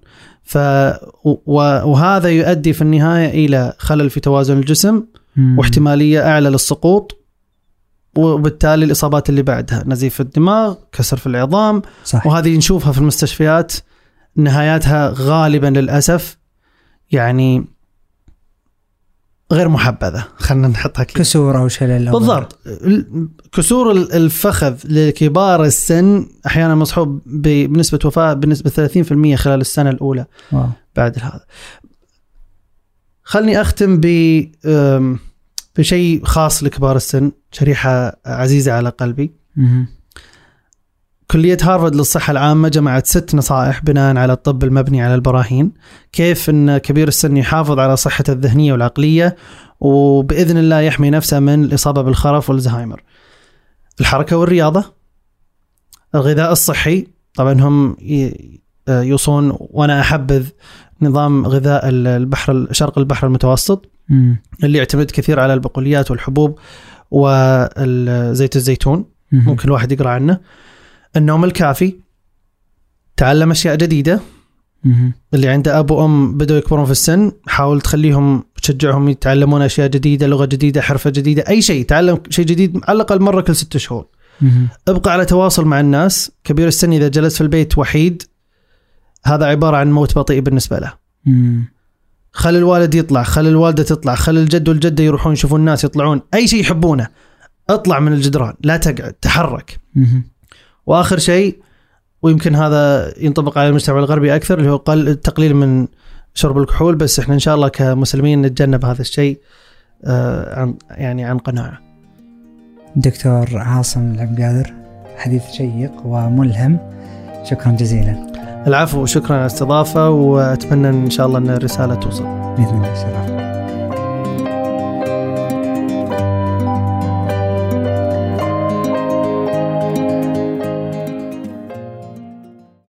وهذا يؤدي في النهاية إلى خلل في توازن الجسم واحتمالية أعلى للسقوط، وبالتالي الإصابات اللي بعدها نزيف الدماغ، كسر في العظام. صح. وهذه نشوفها في المستشفيات، نهاياتها غالبا للأسف يعني غير محبذة، خلنا نحطها كده، كسور أو شلل. بالضبط. كسور الفخذ لكبار السن أحيانا مصحوب بنسبة وفاة بنسبة 30% خلال السنة الأولى. واو. بعد هذا خلني أختم بشيء خاص لكبار السن، شريحة عزيزة على قلبي. كلية هارفارد للصحة العامة جمعت 6 نصائح بناء على الطب المبني على البراهين، كيف أن كبير السن يحافظ على صحته الذهنية والعقلية، وبإذن الله يحمي نفسه من الإصابة بالخرف والزهايمر. الحركة والرياضة، الغذاء الصحي، طبعا هم يوصون وأنا أحبذ نظام غذاء شرق البحر المتوسط اللي يعتمد كثير على البقوليات والحبوب وزيت الزيتون، ممكن الواحد يقرأ عنه. النوم الكافي، تعلم أشياء جديدة. اللي عنده أب وأم بدأوا يكبرون في السن، حاول تشجعهم يتعلمون أشياء جديدة، لغة جديدة، حرفة جديدة، أي شيء، تعلم شيء جديد على الأقل مرة كل 6 شهور. ابقى على تواصل مع الناس. كبير السن إذا جلس في البيت وحيد هذا عبارة عن موت بطيء بالنسبة له. خل الوالد يطلع، خل الوالدة تطلع، خل الجد والجدة يروحون يشوفون الناس يطلعون، أي شيء يحبونه، اطلع من الجدران، لا تقعد، تحرك. وآخر شيء، ويمكن هذا ينطبق على المجتمع الغربي أكثر، اللي هو التقليل من شرب الكحول، بس إحنا إن شاء الله كمسلمين نتجنب هذا الشيء عن قناعة. دكتور عاصم العبقادر، حديث شيق وملهم، شكرا جزيلا. العفو، شكرا على الاستضافة، وأتمنى إن شاء الله أن الرسالة توصل بإذن الله.